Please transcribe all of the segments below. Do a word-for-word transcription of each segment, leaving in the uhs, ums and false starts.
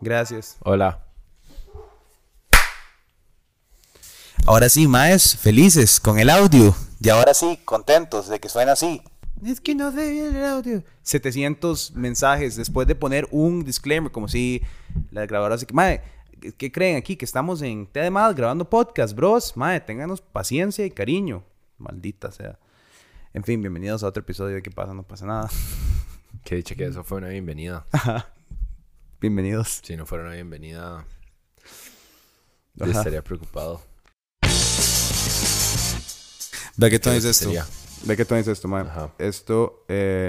Gracias. Hola. Ahora sí, maes, felices con el audio. Y ahora sí, contentos de que suena así. Es que no se viene el audio. setecientos mensajes después de poner un disclaimer, como si la grabadora así que, mae, ¿qué creen aquí? Que estamos en T de Más grabando podcast, bros. Mae, ténganos paciencia y cariño. Maldita sea. En fin, bienvenidos a otro episodio de ¿Qué pasa? No pasa nada. Que dicho que eso fue una bienvenida. Ajá. Bienvenidos. Si no fuera una bienvenida, yo Ajá. estaría preocupado. Ve que tú ¿Qué dices esto. sería? Ve que tú dices esto, mae. Ajá. Esto, eh...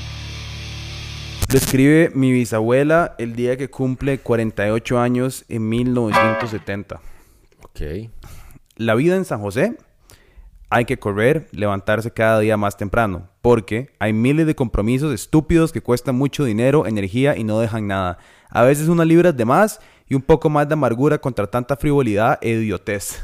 lo escribe mi bisabuela el día que cumple cuarenta y ocho años en mil novecientos setenta. Ok. La vida en San José, hay que correr, levantarse cada día más temprano, porque hay miles de compromisos estúpidos que cuestan mucho dinero, energía y no dejan nada. A veces unas libras de más y un poco más de amargura contra tanta frivolidad e idiotez.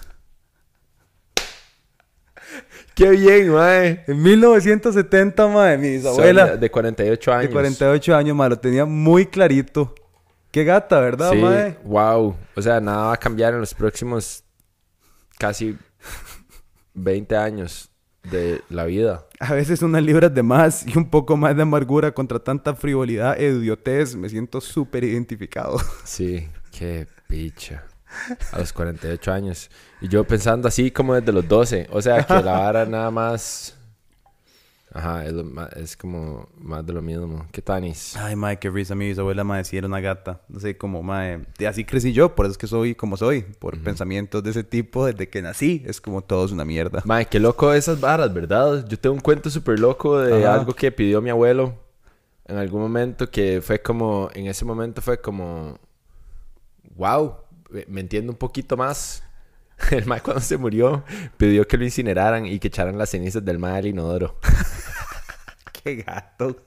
¡Qué bien, mae! En mil novecientos setenta, mae, mi bisabuela Soy de cuarenta y ocho años. de cuarenta y ocho años, mae, lo tenía muy clarito. Qué gata, ¿verdad, Sí, mae? wow. O sea, nada va a cambiar en los próximos casi veinte años de la vida. A veces unas libras de más y un poco más de amargura contra tanta frivolidad e idiotez. Me siento súper identificado. Sí, qué picha. A los cuarenta y ocho años. Y yo pensando así como desde los doce. O sea, que la vara nada más... Ajá, es, lo ma- es como más de lo mismo. ¿Qué tanis? Ay, mae, qué risa. Mi bisabuela, mae, sí era una gata. No sé, como, mae... y así crecí yo, por eso es que soy como soy. Por Ujú. pensamientos de ese tipo desde que nací. Es como todo es una mierda. Mae, qué loco esas varas, ¿verdad? Yo tengo un cuento súper loco de Ajá. algo que pidió mi abuelo en algún momento que fue como... En ese momento fue como... Wow, me entiendo un poquito más. El mae cuando se murió pidió que lo incineraran y que echaran las cenizas del mae al inodoro. Qué gato.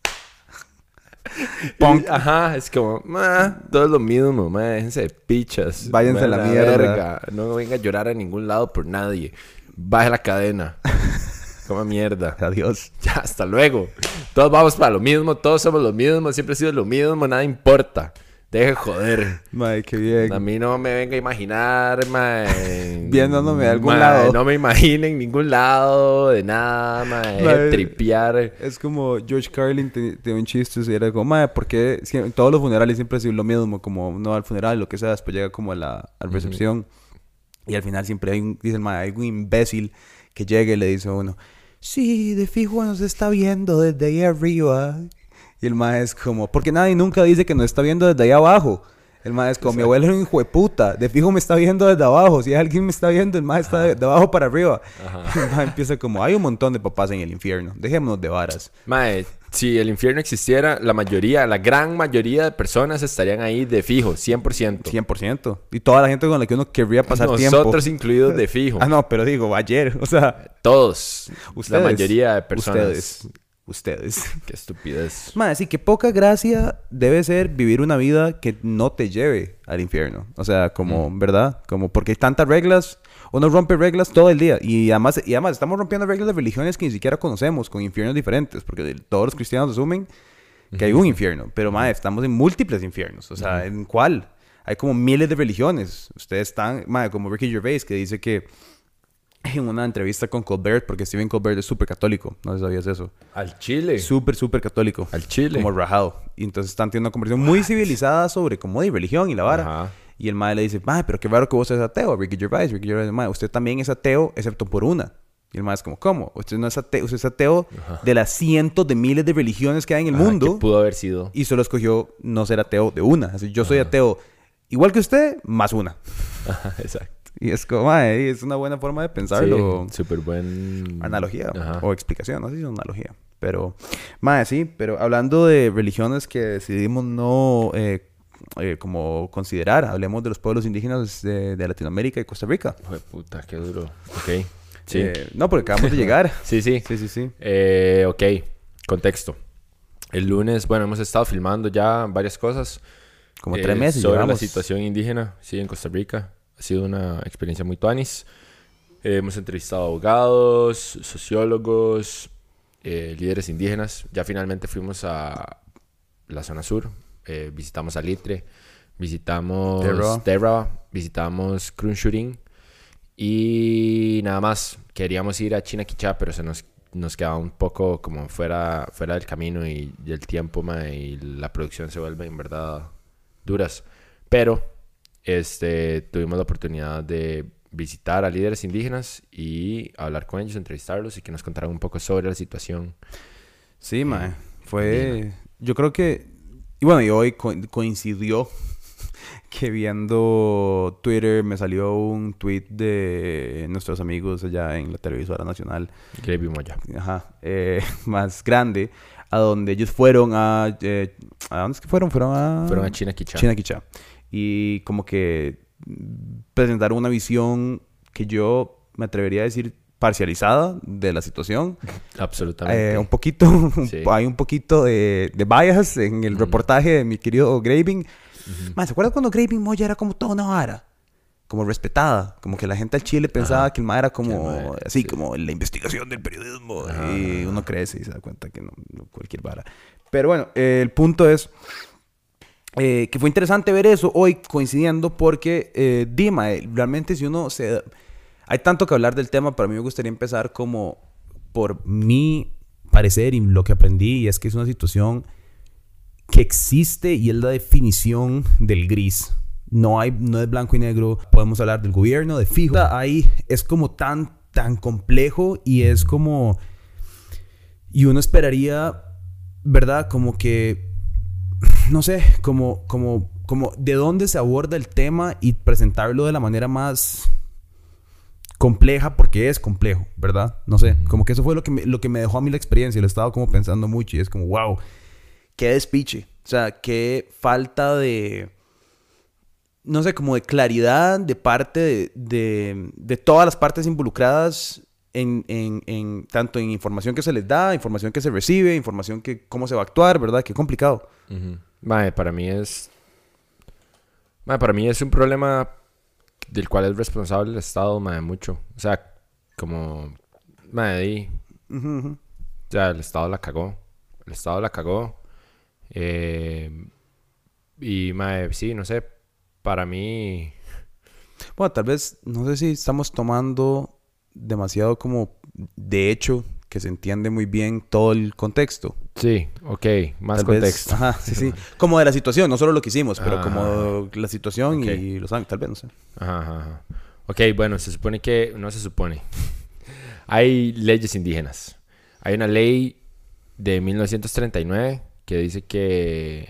Y, ajá, es como, "Ma, todo es lo mismo, ma, déjense de pichas. Váyanse a la Vayan mierda. verga. No venga a llorar a ningún lado por nadie. Baje la cadena. Coma mierda. Adiós. Ya, hasta luego. Todos vamos para lo mismo, todos somos lo mismo, siempre ha sido lo mismo, nada importa. Deje de joder. Mae, qué bien. A mí no me venga a imaginar, ma, Viéndome de algún ma, lado. No me imaginen en ningún lado, de nada, ma, deje Ma, de tripear. Es como George Carlin te- tenía un chiste y era como, mae, ¿por qué sie- en todos los funerales siempre ha sido lo mismo? Como, no al funeral, lo que sea, después llega como a la, a la recepción. Y al final siempre hay un, dice el mae, hay un imbécil que llega y le dice a uno, sí, de fijo nos está viendo desde ahí arriba. Y el mae es como, porque nadie nunca dice que nos está viendo desde ahí abajo. El mae es como, mi abuelo es un hijo de puta, de fijo me está viendo desde abajo. Si alguien me está viendo, el mae está de, de abajo para arriba. Ajá. El mae empieza como, hay un montón de papás en el infierno, dejémonos de varas. Mae, si el infierno existiera, la mayoría, la gran mayoría de personas estarían ahí de fijo, cien por ciento. cien por ciento. Y toda la gente con la que uno querría pasar Nosotros tiempo. incluidos de fijo. Ah, no, pero digo, ayer, o sea, Todos. ustedes. La mayoría de personas. Ustedes. Ustedes. Qué estupidez. Mae, sí, que poca gracia debe ser vivir una vida que no te lleve al infierno. O sea, como, ¿verdad? Como porque hay tantas reglas, uno rompe reglas todo el día. Y además, y además estamos rompiendo reglas de religiones que ni siquiera conocemos, con infiernos diferentes. Porque de- todos los cristianos asumen que hay un infierno. Pero, mae, estamos en múltiples infiernos. O sea, ¿en cuál? Hay como miles de religiones. Ustedes están, mae, como Ricky Gervais, que dice que en una entrevista con Colbert, porque Stephen Colbert es súper católico. No sé si sabías eso. Al Chile. Súper, súper católico. Al Chile. Como rajado. Y entonces están teniendo una conversación muy civilizada sobre como de religión y la vara. Ajá. Y el mae le dice, mae, pero qué raro que vos seas ateo, Ricky Gervais. Ricky Gervais, mae, usted también es ateo, excepto por una. Y el mae es como, ¿cómo? Usted no es ateo, usted es ateo Ajá. de las cientos de miles de religiones que hay en el Ajá, mundo. que pudo haber sido. Y solo escogió no ser ateo de una. Así, yo soy ateo igual que usted, más una. Ajá, exacto. Y es como, mae, es una buena forma de pensarlo. Sí, súper buen... Analogía Ajá. o explicación, no sé si es una analogía. Pero, más sí, pero hablando de religiones que decidimos no eh, eh, como considerar, hablemos de los pueblos indígenas de, de Latinoamérica y Costa Rica. Hijo de puta, qué duro. Ok. Sí. Eh, no, porque acabamos de llegar. Sí, sí. Sí, sí, sí. Eh, ok, contexto. El lunes, bueno, hemos estado filmando ya varias cosas. Como eh, tres meses sobre llevamos. la situación indígena, sí, en Costa Rica. Ha sido una experiencia muy tuanis. Eh, hemos entrevistado abogados, sociólogos, eh, líderes indígenas. Ya finalmente fuimos a la zona sur, eh, visitamos a Litre, visitamos Terra. Terra, visitamos Crunchurín y nada más. Queríamos ir a Chinaquichá, pero se nos, nos quedaba un poco como fuera, fuera del camino y, y el tiempo, mae, y la producción se vuelve en verdad duras. Pero este, tuvimos la oportunidad de visitar a líderes indígenas y hablar con ellos, entrevistarlos y que nos contaran un poco sobre la situación. Sí, mae. Eh, Fue... indígena. Yo creo que... Y bueno, y hoy co- coincidió que viendo Twitter me salió un tweet de nuestros amigos allá en la televisora nacional, Gravy Moya. ajá, eh, más grande, a donde ellos fueron a... eh, ¿a dónde es que fueron? Fueron a... Fueron a Chinaquichá. Chinaquichá. Y como que mm, presentaron una visión que yo me atrevería a decir parcializada de la situación. Absolutamente. Eh, un poquito, un- Sí. hay un poquito de, de bias en el Ujú. reportaje de mi querido Graving. Ujú. Man, ¿se acuerdan cuando Graving Moya era como toda una vara? Como respetada. Como que la gente al Chile pensaba Ajá. que el ma era Que como... el ma era- así, sí. como la investigación del periodismo. Ajá, Y ajá, uno ajá. crece y se da cuenta que no, no cualquier vara. Pero bueno, eh, el punto es... eh, que fue interesante ver eso hoy coincidiendo porque eh, Dima, eh, realmente si uno se... Hay tanto que hablar del tema, pero a mí me gustaría empezar como por mi parecer y lo que aprendí, y es que es una situación que existe y es la definición del gris. No hay, no es blanco y negro. Podemos hablar del gobierno, de fijo. Ahí es como tan, tan complejo y es como... Y uno esperaría, ¿verdad? Como que, no sé, como, como, como de dónde se aborda el tema y presentarlo de la manera más compleja, porque es complejo, ¿verdad? No sé, como que eso fue lo que me, lo que me dejó a mí la experiencia. Lo estaba como pensando mucho y es como, wow, qué despiche. O sea, qué falta de, no sé, como de claridad de parte de, de, de todas las partes involucradas en, en, en tanto en información que se les da, información que se recibe, información que cómo se va a actuar, ¿verdad? Qué complicado. Ujú. Mae, para mí es... Mae, para mí es un problema del cual es responsable el Estado, mae, mucho. O sea, como... Mae, di, Ujú, ujú. o sea, el Estado la cagó. El Estado la cagó. Eh, y, mae, sí, no sé. Para mí... Bueno, tal vez, no sé si estamos tomando demasiado como de hecho que se entiende muy bien todo el contexto. Sí, ok. Más Tal vez, contexto. ajá, sí, sí. Como de la situación, no solo lo que hicimos, pero Ah, como la situación ok. y los años, tal vez, no sé. Ajá, ajá, ajá. Ok, bueno, se supone que... No se supone. Hay leyes indígenas. Hay una ley de mil novecientos treinta y nueve que dice que...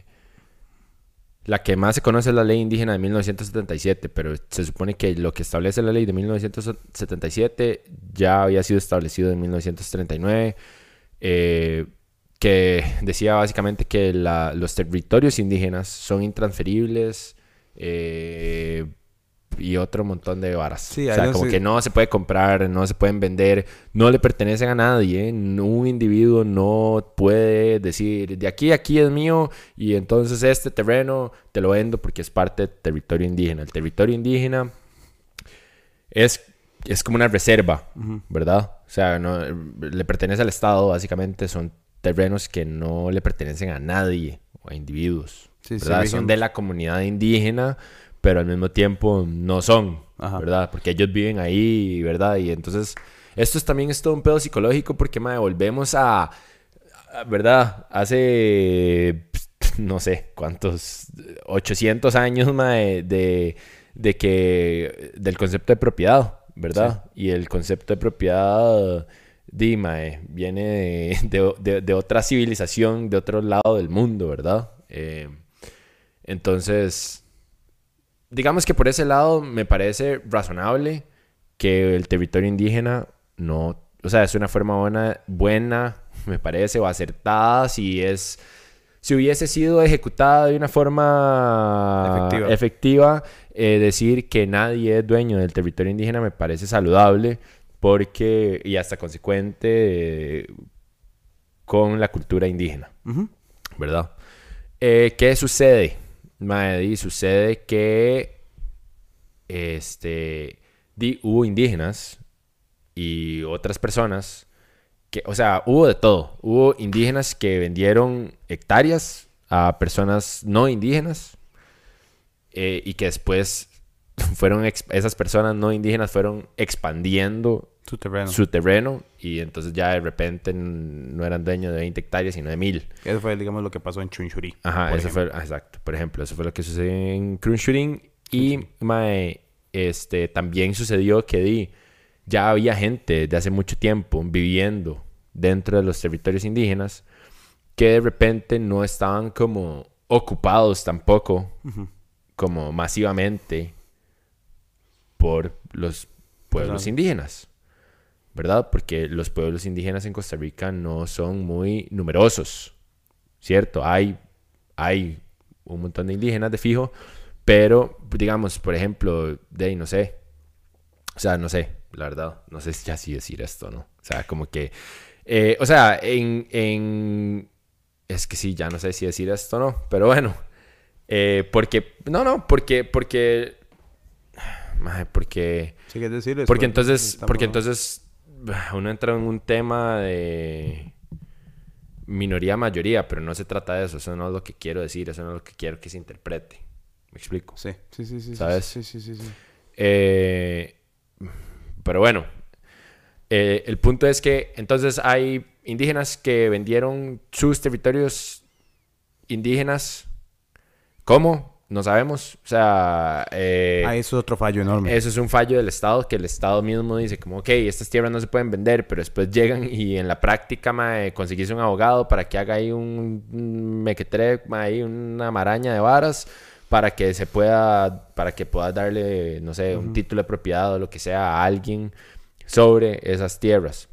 La que más se conoce es la ley indígena de mil novecientos setenta y siete, pero se supone que lo que establece la ley de mil novecientos setenta y siete ya había sido establecido en mil novecientos treinta y nueve, eh, que decía básicamente que la- los territorios indígenas son intransferibles, eh, y otro montón de varas. Sí, o ahí sea, no como sé. que no se puede comprar, no se pueden vender, no le pertenecen a nadie. ¿Eh? Un individuo no puede decir, de aquí a aquí es mío y entonces este terreno te lo vendo porque es parte del territorio indígena. El territorio indígena es, es como una reserva, Ujú. ¿verdad? O sea, no, le pertenece al Estado, básicamente son terrenos que no le pertenecen a nadie o a individuos, Sí, sí, ¿verdad? rigen- Son de la comunidad indígena, pero al mismo tiempo no son, Ajá. ¿verdad? Porque ellos viven ahí, ¿verdad? Y entonces, esto es, también es todo un pedo psicológico porque, madre, volvemos a, a- ¿verdad? Hace, no sé, cuántos, ochocientos años, madre, de, de que, del concepto de propiedad, ¿verdad? Y el concepto de propiedad, di, mae, viene de, de- de- de otra civilización, de otro lado del mundo, ¿verdad? Eh, entonces, digamos que por ese lado me parece razonable que el territorio indígena no, o sea, es una forma buena, buena, me parece, o acertada si es, si hubiese sido ejecutada de una forma Efectiva. efectiva, eh, decir que nadie es dueño del territorio indígena me parece saludable porque, y hasta consecuente, eh, con la cultura indígena, Ujú. ¿verdad? Eh, ¿qué sucede? Mae, di, sucede que este, di, hubo indígenas y otras personas que, o sea, hubo de todo. Hubo indígenas que vendieron hectáreas a personas no indígenas. eh, y que después fueron ex- esas personas no indígenas fueron expandiendo Su terreno. su terreno y entonces ya de repente no eran dueños de veinte hectáreas sino de mil. Eso fue, digamos, lo que pasó en Chunchuri. Ajá, eso fue, ah, exacto. Por ejemplo, eso fue lo que sucedió en Crunchurín y mae, este, también sucedió que di, ya había gente de hace mucho tiempo viviendo dentro de los territorios indígenas que de repente no estaban como ocupados tampoco Uh-huh. como masivamente por los pueblos Claro. indígenas, ¿verdad? Porque los pueblos indígenas en Costa Rica no son muy numerosos, ¿cierto? Hay, hay un montón de indígenas de fijo, pero, digamos, por ejemplo, de ahí, no sé, o sea, no sé, la verdad, no sé si así decir esto, ¿no? O sea, como que, eh, o sea, en, en, es que sí, ya no sé si decir esto o no, pero bueno, eh, porque, no, no, porque, porque, maje, porque... Sí, que decir eso. Porque entonces, Estamos- porque entonces uno entra en un tema de minoría-mayoría, pero no se trata de eso. Eso no es lo que quiero decir, eso no es lo que quiero que se interprete. ¿Me explico? Sí, sí, sí, sí. ¿Sabes? Sí, sí, sí, sí. Eh, pero bueno, eh, el punto es que entonces hay indígenas que vendieron sus territorios indígenas. ¿Cómo? No sabemos. O sea, eh, Ah, eso es otro fallo enorme. eso es un fallo del Estado, que el Estado mismo dice como, ok, estas tierras no se pueden vender, pero después llegan y en la práctica, mae, conseguirse un abogado para que haga ahí un, un mequetre, mae, ahí una maraña de varas para que se pueda, para que puedas darle, no sé, un Ujú. título de propiedad o lo que sea a alguien sobre esas tierras.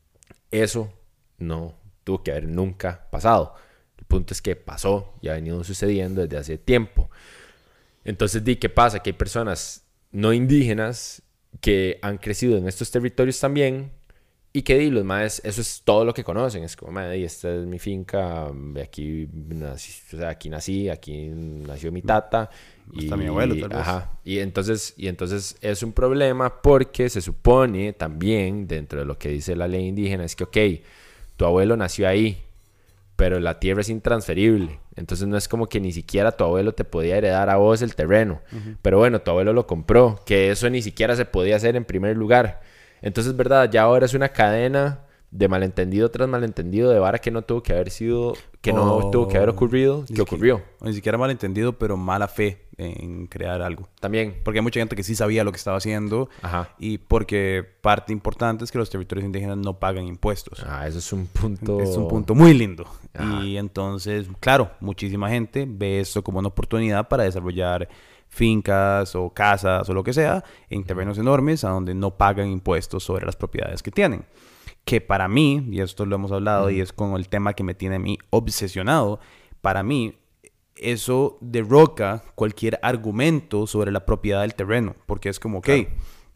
Eso no tuvo que haber nunca pasado. El punto es que pasó y ha venido sucediendo desde hace tiempo. Entonces, di, ¿qué pasa? Que hay personas no indígenas que han crecido en estos territorios también y que, di, los maes, eso es todo lo que conocen. Es como, mae, di, esta es mi finca, aquí nací, o sea, aquí nací, aquí nació mi tata. Y, Hasta mi abuelo, tal vez. Ajá. Y entonces, y entonces es un problema porque se supone también, dentro de lo que dice la ley indígena, es que, ok, tu abuelo nació ahí, pero la tierra es intransferible. Entonces no es como que ni siquiera tu abuelo te podía heredar a vos el terreno. Uh-huh. Pero bueno, tu abuelo lo compró, que eso ni siquiera se podía hacer en primer lugar. Entonces, verdad, ya ahora es una cadena de malentendido tras malentendido, de vara que no tuvo que haber sido, que oh, no tuvo que haber ocurrido, que ocurrió. Ni siquiera malentendido, pero mala fe en crear algo. También. Porque hay mucha gente que sí sabía lo que estaba haciendo. Ajá. Y porque parte importante es que los territorios indígenas no pagan impuestos. Ah, eso es un punto... Es un punto muy lindo. Ajá. Y entonces, claro, muchísima gente ve esto como una oportunidad para desarrollar fincas o casas o lo que sea en terrenos enormes a donde no pagan impuestos sobre las propiedades que tienen. Que para mí, y esto lo hemos hablado, uh-huh. y es con el tema que me tiene a mí obsesionado, para mí eso derroca cualquier argumento sobre la propiedad del terreno. Porque es como, ok, claro.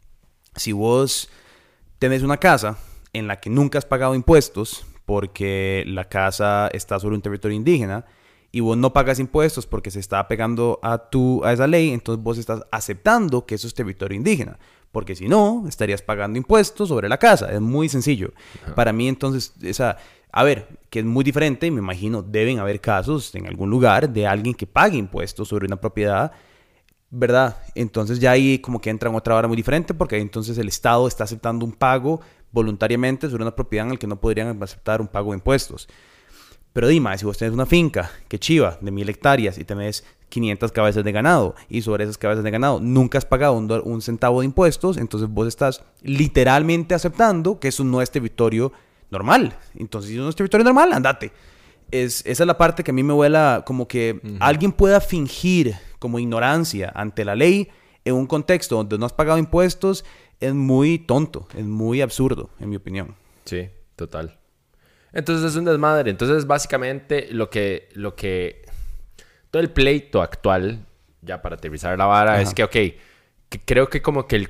Si vos tenés una casa en la que nunca has pagado impuestos porque la casa está sobre un territorio indígena y vos no pagas impuestos porque se está apegando a, tu, a esa ley, entonces vos estás aceptando que eso es territorio indígena. Porque si no, estarías pagando impuestos sobre la casa. Es muy sencillo. Uh-huh. Para mí, entonces, esa, a ver, que es muy diferente. Me imagino, deben haber casos en algún lugar de alguien que pague impuestos sobre una propiedad, ¿verdad? Entonces ya ahí como que entra en otra vara muy diferente, porque ahí entonces el Estado está aceptando un pago voluntariamente sobre una propiedad en la que no podrían aceptar un pago de impuestos. Pero dime, si vos tenés una finca, que chiva, de mil hectáreas y tenés quinientas cabezas de ganado y sobre esas cabezas de ganado nunca has pagado un, do- un centavo de impuestos, entonces vos estás literalmente aceptando que eso no es territorio normal. Entonces, si no es territorio normal, andate. Es, esa es la parte que a mí me vuela como que uh-huh. alguien pueda fingir como ignorancia ante la ley en un contexto donde no has pagado impuestos. Es muy tonto, es muy absurdo, en mi opinión. Sí, total. Entonces es un desmadre. Entonces básicamente lo que, lo que, todo el pleito actual, ya para aterrizar la vara, ajá. es que, ok, que creo que como que el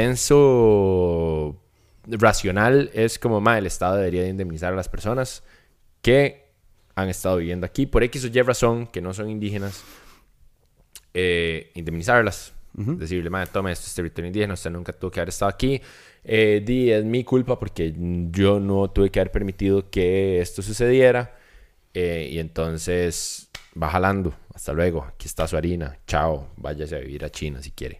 consenso racional es como, ma, el Estado debería de indemnizar a las personas que han estado viviendo aquí por X o Y razón, que no son indígenas, eh, indemnizarlas. Uh-huh. Decirle, ma, toma, esto es territorio indígena, usted nunca tuvo que haber estado aquí. Eh, di, es mi culpa porque yo no tuve que haber permitido que esto sucediera. Eh, y entonces, va jalando, hasta luego, aquí está su harina, chao, váyase a vivir a China si quiere.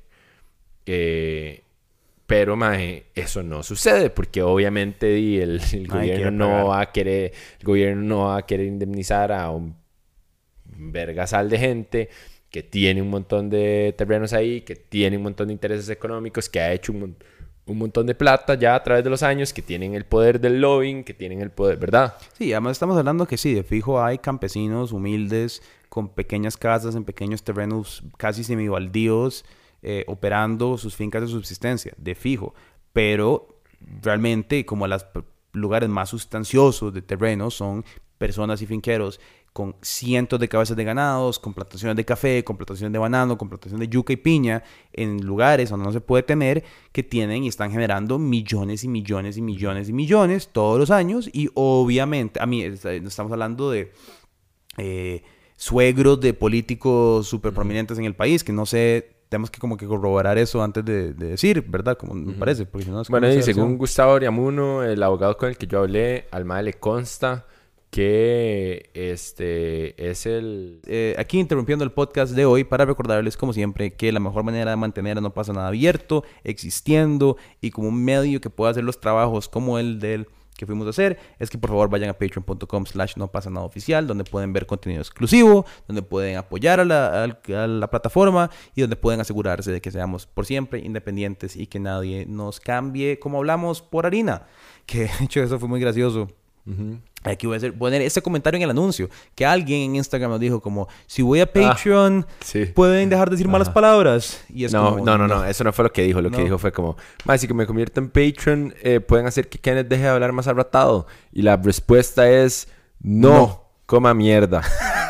Eh, pero, mae, eso no sucede porque obviamente di, el, el Ay, gobierno no va a querer, el gobierno no va a querer indemnizar a un vergasal de gente que tiene un montón de terrenos ahí, que tiene un montón de intereses económicos, que ha hecho un, un montón de plata ya a través de los años, que tienen el poder del lobbying, que tienen el poder, ¿verdad? Sí, además estamos hablando que sí, de fijo hay campesinos humildes con pequeñas casas en pequeños terrenos casi semibaldíos, eh, operando sus fincas de subsistencia, de fijo. Pero realmente como los lugares más sustanciosos de terreno son personas y finqueros con cientos de cabezas de ganados, con plantaciones de café, con plantaciones de banano, con plantaciones de yuca y piña, en lugares donde no se puede tener, que tienen y están generando millones y millones y millones y millones todos los años. Y obviamente, a mí estamos hablando de eh, suegros de políticos súper prominentes en el país, que no sé, tenemos que como que corroborar eso antes de, de decir, ¿verdad? Como me parece, porque si no es Bueno, y según versión. Gustavo Oriamuno, el abogado con el que yo hablé, al mae le consta que este es el... Eh, aquí interrumpiendo el podcast de hoy para recordarles, como siempre, que la mejor manera de mantener a No Pasa Nada abierto, existiendo y como un medio que pueda hacer los trabajos como el del que fuimos a hacer, es que por favor vayan a patreon.com slash no pasa nada oficial, donde pueden ver contenido exclusivo, donde pueden apoyar a la, a, a la plataforma y donde pueden asegurarse de que seamos por siempre independientes y que nadie nos cambie como hablamos por harina. Que de hecho eso fue muy gracioso. Uh-huh. Aquí voy a hacer, poner ese comentario en el anuncio. Que alguien en Instagram nos dijo como, si voy a Patreon, ah, sí. ¿pueden dejar de decir Ajá. malas palabras? Y es no, como, no, no, no, eso no fue lo que dijo. Lo no. que dijo fue como, más si que me convierto en Patreon, eh, ¿pueden hacer que Kenneth deje de hablar más arratado? Y la respuesta es, no, no. coma mierda.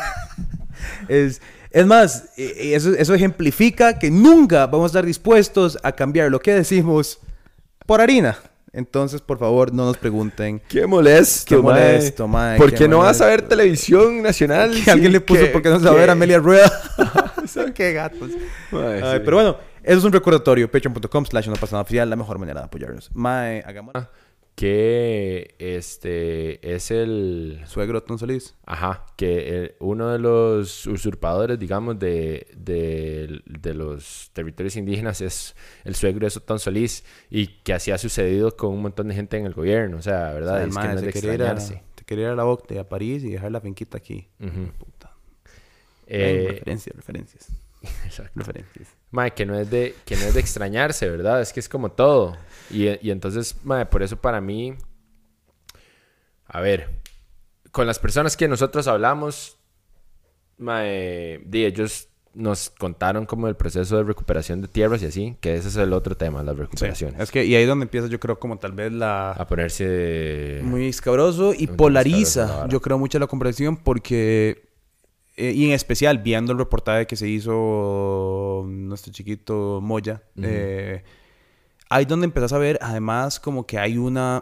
es... Es más, eso, eso ejemplifica que nunca vamos a estar dispuestos a cambiar lo que decimos por harina. Entonces, por favor, no nos pregunten. Qué molesto, Qué molesto, mae. ¿Por qué no vas a ver televisión nacional? Que sí, alguien le puso, ¿por qué no se va a ver a Amelia Rueda? Qué gatos. Mae, Ay, sí. Pero bueno, eso es un recordatorio. Patreon.com slash no pasa nada oficial. La mejor manera de apoyarnos. Mae, hagamos... Ah, que este es el... Suegro Otón Solís. Ajá. Que el, uno de los usurpadores, digamos, de, de, de los territorios indígenas es el suegro de Otón Solís. Y que así ha sucedido con un montón de gente en el gobierno. O sea, ¿verdad? O sea, es mae, que no es de extrañarse. A, te quería ir a la O C T E, a París y dejar la finquita aquí. Uh-huh. Puta. Eh, Ven, referencias, referencias. Exacto. Referencias. Mae, que no es de que no es de extrañarse, ¿verdad? Es que es como todo. Y, y entonces, mae, por eso para mí, a ver, con las personas que nosotros hablamos, mae, de ellos nos contaron como el proceso de recuperación de tierras y así, que ese es el otro tema, las recuperaciones. Sí, es que y ahí es donde empieza, yo creo, como tal vez la... A ponerse... Muy escabroso y polariza, yo creo, mucho la comprensión porque... Eh, y en especial, viendo el reportaje que se hizo nuestro chiquito Moya, uh-huh. eh, ahí donde empezás a ver, además, como que hay una...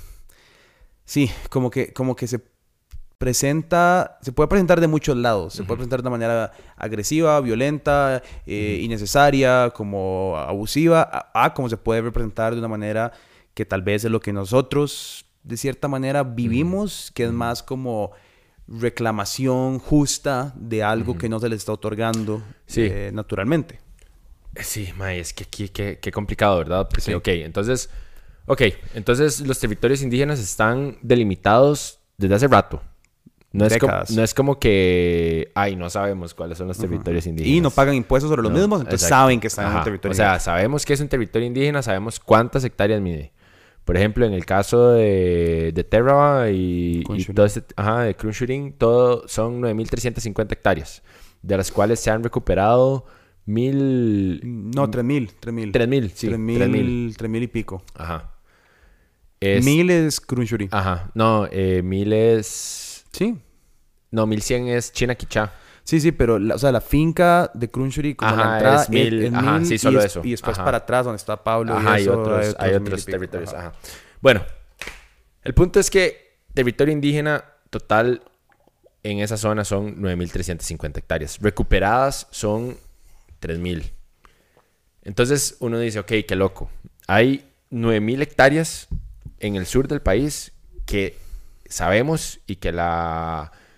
Sí, como que, como que se presenta... Se puede presentar de muchos lados. Se uh-huh. puede presentar de manera agresiva, violenta, eh, uh-huh. innecesaria, como abusiva, a, a como se puede representar de una manera que tal vez es lo que nosotros, de cierta manera, vivimos, uh-huh. que es más como... reclamación justa de algo uh-huh. que no se les está otorgando sí. eh, naturalmente. Sí, mae, es que aquí qué, qué complicado, ¿verdad? Porque, sí. ok, entonces, ok, entonces los territorios indígenas están delimitados desde hace rato. No es, como, no es como que, ay, no sabemos cuáles son los territorios uh-huh. indígenas. Y no pagan impuestos sobre los no, mismos, entonces exacto. saben que están Ajá. en un territorio O sea, indígena. sabemos que es un territorio indígena, sabemos cuántas hectáreas mide. Por ejemplo, en el caso de, de Terraba y, y todo este, ajá, de Crunchurín, todo son nueve mil trescientas cincuenta hectáreas, de las cuales se han recuperado mil... No, tres mil. tres mil. tres mil, sí. tres mil, tres mil y pico. Ajá. Es, mil es Crunchurín. Ajá. No, eh, mil es... Sí. No, mil cien es Chinaquichá. Sí, sí, pero la, o sea, la finca de Crunchurí como ajá, la entrada es mil, es, es ajá, mil sí, solo y, eso. Y después ajá. para atrás donde está Pablo ajá, y eso, hay otros, hay otros, hay otros territorios. Ajá. Ajá. Bueno, el punto es que territorio indígena total en esa zona son nueve mil trescientas cincuenta hectáreas. Recuperadas son tres mil. Entonces uno dice, ok, qué loco. Hay nueve mil hectáreas en el sur del país que sabemos y que la...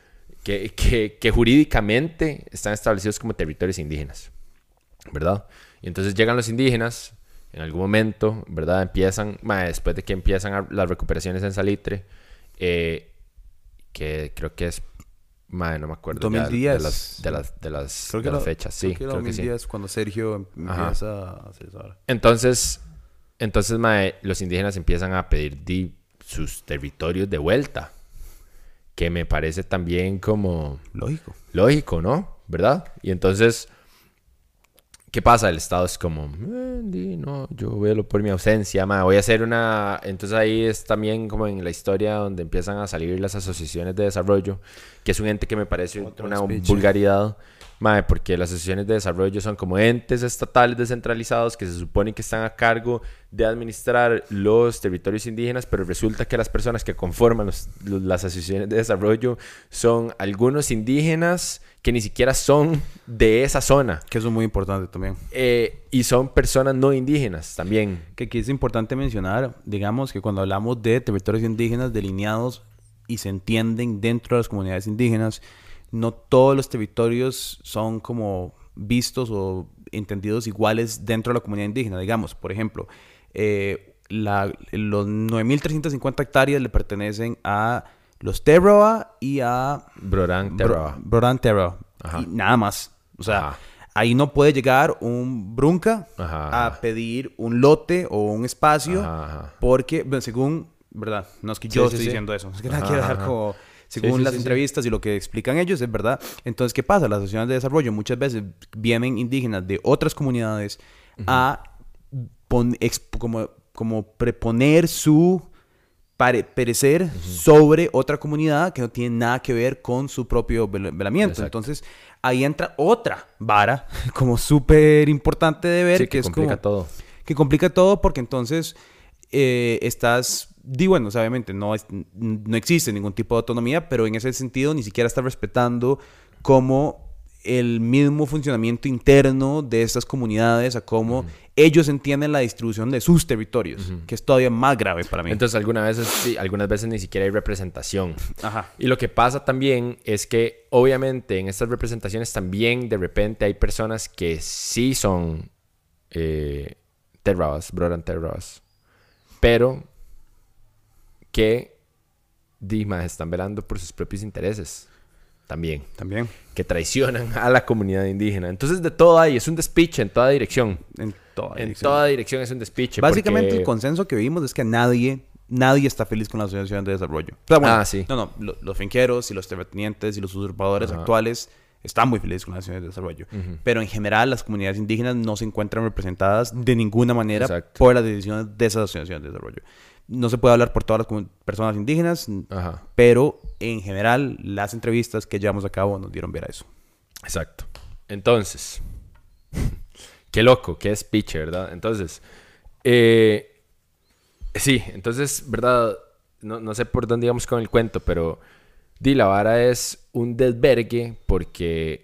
que, que, que jurídicamente están establecidos como territorios indígenas, ¿verdad? Y entonces llegan los indígenas, en algún momento, ¿verdad? Empiezan, ma, después de que empiezan a, las recuperaciones en Salitre, eh, que creo que es, ma, no me acuerdo dos mil diez. Ya de las, de las, de las, creo que de las lo, fechas, sí. Creo que era creo que dos mil diez sí. cuando Sergio empieza a hacer eso ahora. Entonces, entonces ma, los indígenas empiezan a pedir di, sus territorios de vuelta, que me parece también como... Lógico. Lógico, ¿no? ¿Verdad? Y entonces, ¿qué pasa? El Estado es como, eh, di, no, yo velo por mi ausencia, ma, voy a hacer una... Entonces ahí es también como en la historia donde empiezan a salir las asociaciones de desarrollo, que es un ente que me parece Otro una speech. vulgaridad, ma, porque las asociaciones de desarrollo son como entes estatales descentralizados que se supone que están a cargo de administrar los territorios indígenas, pero resulta que las personas que conforman los, los, las asociaciones de desarrollo son algunos indígenas que ni siquiera son de esa zona. Que eso es muy importante también. Eh, y son personas no indígenas también. Que aquí es importante mencionar, digamos, que cuando hablamos de territorios indígenas delineados y se entienden dentro de las comunidades indígenas, no todos los territorios son como vistos o entendidos iguales dentro de la comunidad indígena. Digamos, por ejemplo, eh, la, los nueve mil trescientas cincuenta hectáreas le pertenecen a los Terroa y a... Brorán Terroa. Bro, Brorán Terroa. Y nada más. O sea, Ajá. ahí no puede llegar un brunca Ajá. a pedir un lote o un espacio Ajá. porque, bueno, según... ¿Verdad? No es que yo sí, estoy sí, diciendo sí. eso. Es que nada quiero dejar como... Según sí, sí, las sí, entrevistas sí. y lo que explican ellos, es verdad. Entonces, ¿qué pasa? Las asociaciones de desarrollo muchas veces vienen indígenas de otras comunidades uh-huh. a pon, ex, como, como preponer su pare, perecer uh-huh. sobre otra comunidad que no tiene nada que ver con su propio vel- velamiento. Exacto. Entonces, ahí entra otra vara como súper importante de ver. Sí, que, que es complica como, todo. Que complica todo porque entonces eh, estás... Di bueno, obviamente no, es, no existe ningún tipo de autonomía, pero en ese sentido ni siquiera está respetando como el mismo funcionamiento interno de estas comunidades, a cómo uh-huh. ellos entienden la distribución de sus territorios, uh-huh. que es todavía más grave para mí. Entonces algunas veces, sí, algunas veces ni siquiera hay representación. Ajá. Y lo que pasa también es que obviamente en estas representaciones también de repente hay personas que sí son eh, terroas, Brorán terroas, pero... que Dimas están velando por sus propios intereses también. También. Que traicionan a la comunidad indígena. Entonces, de todo hay, es un despiche en toda dirección. En toda en dirección. toda dirección es un despiche. Básicamente, porque... el consenso que vimos es que nadie, nadie está feliz con la asociación de desarrollo. O sea, bueno, ah, sí. No, no, lo, los finqueros y los terratenientes y los usurpadores Ajá. actuales están muy felices con las asociaciones de desarrollo. Uh-huh. Pero en general, las comunidades indígenas no se encuentran representadas de ninguna manera Exacto. por las decisiones de esas asociaciones de desarrollo. No se puede hablar por todas las personas indígenas, Ajá. pero en general las entrevistas que llevamos a cabo nos dieron ver a eso. Exacto. Entonces, qué loco, qué speech, ¿verdad? Entonces, eh, sí, entonces, ¿verdad? No, no sé por dónde íbamos con el cuento, pero di, la vara es un desvergue porque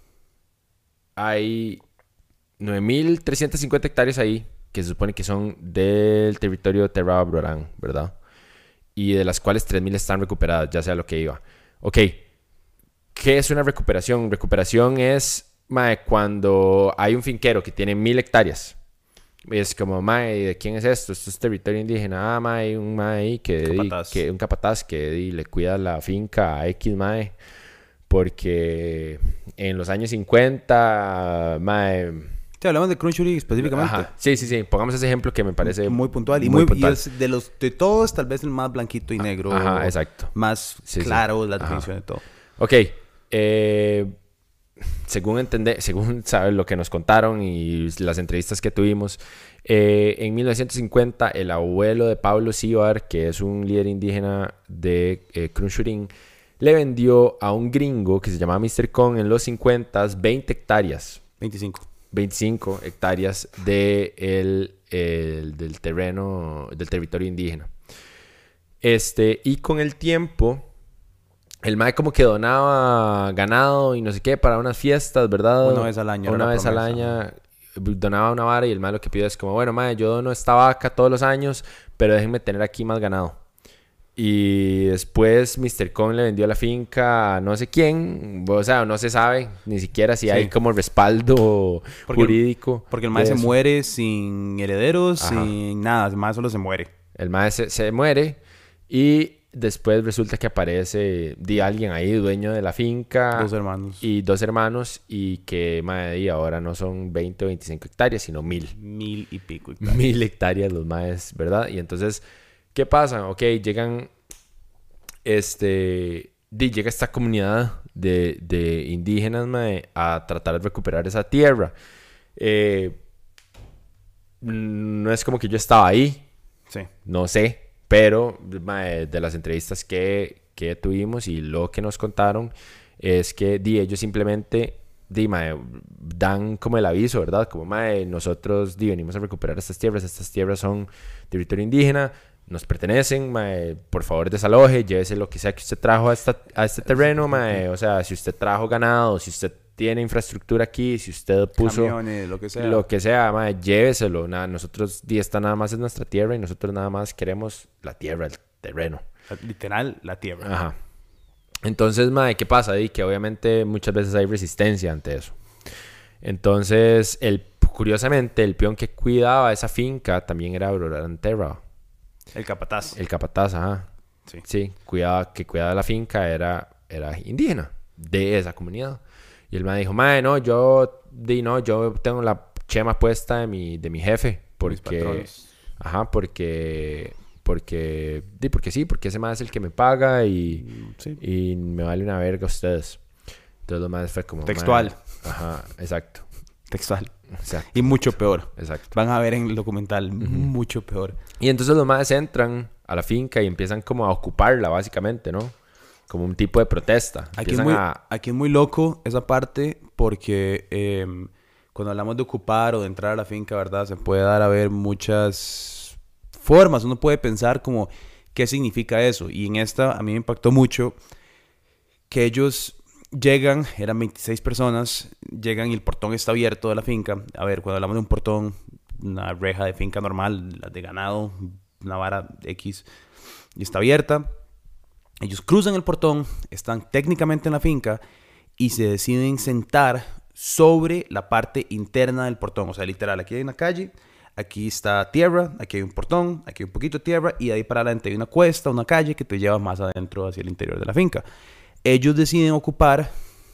hay nueve mil trescientas cincuenta hectáreas ahí que se supone que son del territorio Terroa Brorán, ¿verdad? Y de las cuales tres mil están recuperadas, ya sea lo que iba. Ok, ¿qué es una recuperación? Recuperación es, mae, cuando hay un finquero que tiene mil hectáreas. Y es como, mae, ¿de quién es esto? Esto es territorio indígena. Ah, mae, un mae que, capataz. que un capataz que di, le cuida la finca a X mae. Porque en los años cincuenta, mae... Sí, hablamos de Crunchuri específicamente. Ajá. Sí, sí, sí. Pongamos ese ejemplo que me parece muy puntual. Y, muy, muy puntual. Y es de, los, de todos, tal vez el más blanquito y negro. Ajá, exacto. Más sí, claro sí. la definición Ajá. de todo. Ok. Eh, según entender, según ¿sabes? Lo que nos contaron y las entrevistas que tuvimos, eh, en mil novecientos cincuenta, el abuelo de Pablo Síbar, que es un líder indígena de eh, Crunchurín, le vendió a un gringo que se llamaba mister Kong en los cincuenta veinte hectáreas. veinticinco. veinticinco hectáreas de el, el, del terreno, del territorio indígena. Este, y con el tiempo, el mae como que donaba ganado y no sé qué para unas fiestas, ¿verdad? Una vez al año. Una vez al año donaba una vara y el mae lo que pide es como, bueno, mae, yo dono esta vaca todos los años, pero déjenme tener aquí más ganado. Y después mister Kong le vendió la finca a no sé quién. O sea, no se sabe ni siquiera si Sí. hay como respaldo Porque- jurídico. Porque el de mae se eso. muere sin herederos, Ajá. sin nada. El mae solo se muere. El mae se, se muere y después resulta que aparece di alguien ahí, dueño de la finca. Dos hermanos. Y dos hermanos y que mae, di, ahora no son veinte o veinticinco hectáreas, sino mil. Mil y pico hectáreas. Mil hectáreas los maes, ¿verdad? Y entonces, ¿qué pasa? Ok, llegan, este, di, llega esta comunidad de, de indígenas, mae, a tratar de recuperar esa tierra. Eh, no es como que yo estaba ahí, Sí. no sé, pero mae, de las entrevistas que, que tuvimos y lo que nos contaron es que di, ellos simplemente di, mae, dan como el aviso, ¿verdad? Como mae, nosotros di, venimos a recuperar estas tierras, estas tierras son territorio indígena, nos pertenecen, mae, por favor desaloje, llévese lo que sea que usted trajo a, esta, a este terreno, mae, o sea, si usted trajo ganado, si usted tiene infraestructura aquí, si usted puso Camiones, lo que sea. lo que sea, mae, lléveselo. Nada, nosotros, di, esta nada más es nuestra tierra y nosotros nada más queremos la tierra, el terreno. Literal, la tierra. Ajá. Entonces, mae, ¿qué pasa? Di que obviamente muchas veces hay resistencia ante eso. Entonces, el, curiosamente, el peón que cuidaba esa finca también era Aurora Terra. El capataz. El capataz, ajá. Sí. Sí, cuidaba, que cuidaba la finca era, era indígena de esa comunidad. Y el mae dijo, mae, no, yo, di, no, yo tengo la chema puesta de mi, de mi jefe. Mis Porque, patrones. ajá, porque, porque, di, porque sí, porque ese mae es el que me paga y, Sí. y me vale una verga a ustedes. Entonces lo más fue como... Textual. mae, ajá, exacto. Textual. Exacto. Y mucho peor. Exacto. Van a ver en el documental. Mucho peor. Y entonces los maes entran a la finca y empiezan como a ocuparla, básicamente, ¿no? Como un tipo de protesta. Aquí es, Empiezan muy, a... aquí es muy loco esa parte porque eh, cuando hablamos de ocupar o de entrar a la finca, ¿verdad? Se puede dar a ver muchas formas. Uno puede pensar como qué significa eso. Y en esta a mí me impactó mucho que ellos llegan, eran veintiséis personas, llegan y el portón está abierto de la finca. A ver, cuando hablamos de un portón, una reja de finca normal, la de ganado, una vara X, y está abierta. Ellos cruzan el portón, están técnicamente en la finca y se deciden sentar sobre la parte interna del portón. O sea, literal, aquí hay una calle, aquí está tierra, aquí hay un portón, aquí hay un poquito de tierra y de ahí para adelante hay una cuesta, una calle que te lleva más adentro hacia el interior de la finca. Ellos deciden ocupar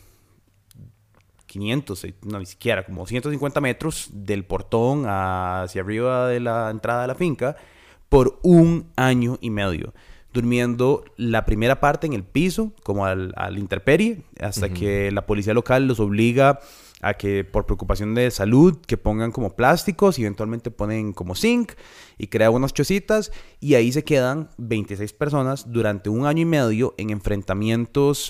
quinientos, no ni siquiera, como ciento cincuenta metros del portón hacia arriba de la entrada de la finca por un año y medio. Durmiendo la primera parte en el piso, como al, al intemperie, hasta uh-huh. que la policía local los obliga a que, por preocupación de salud, que pongan como plásticos y eventualmente ponen como zinc y crean unas chocitas y ahí se quedan veintiséis personas durante un año y medio en enfrentamientos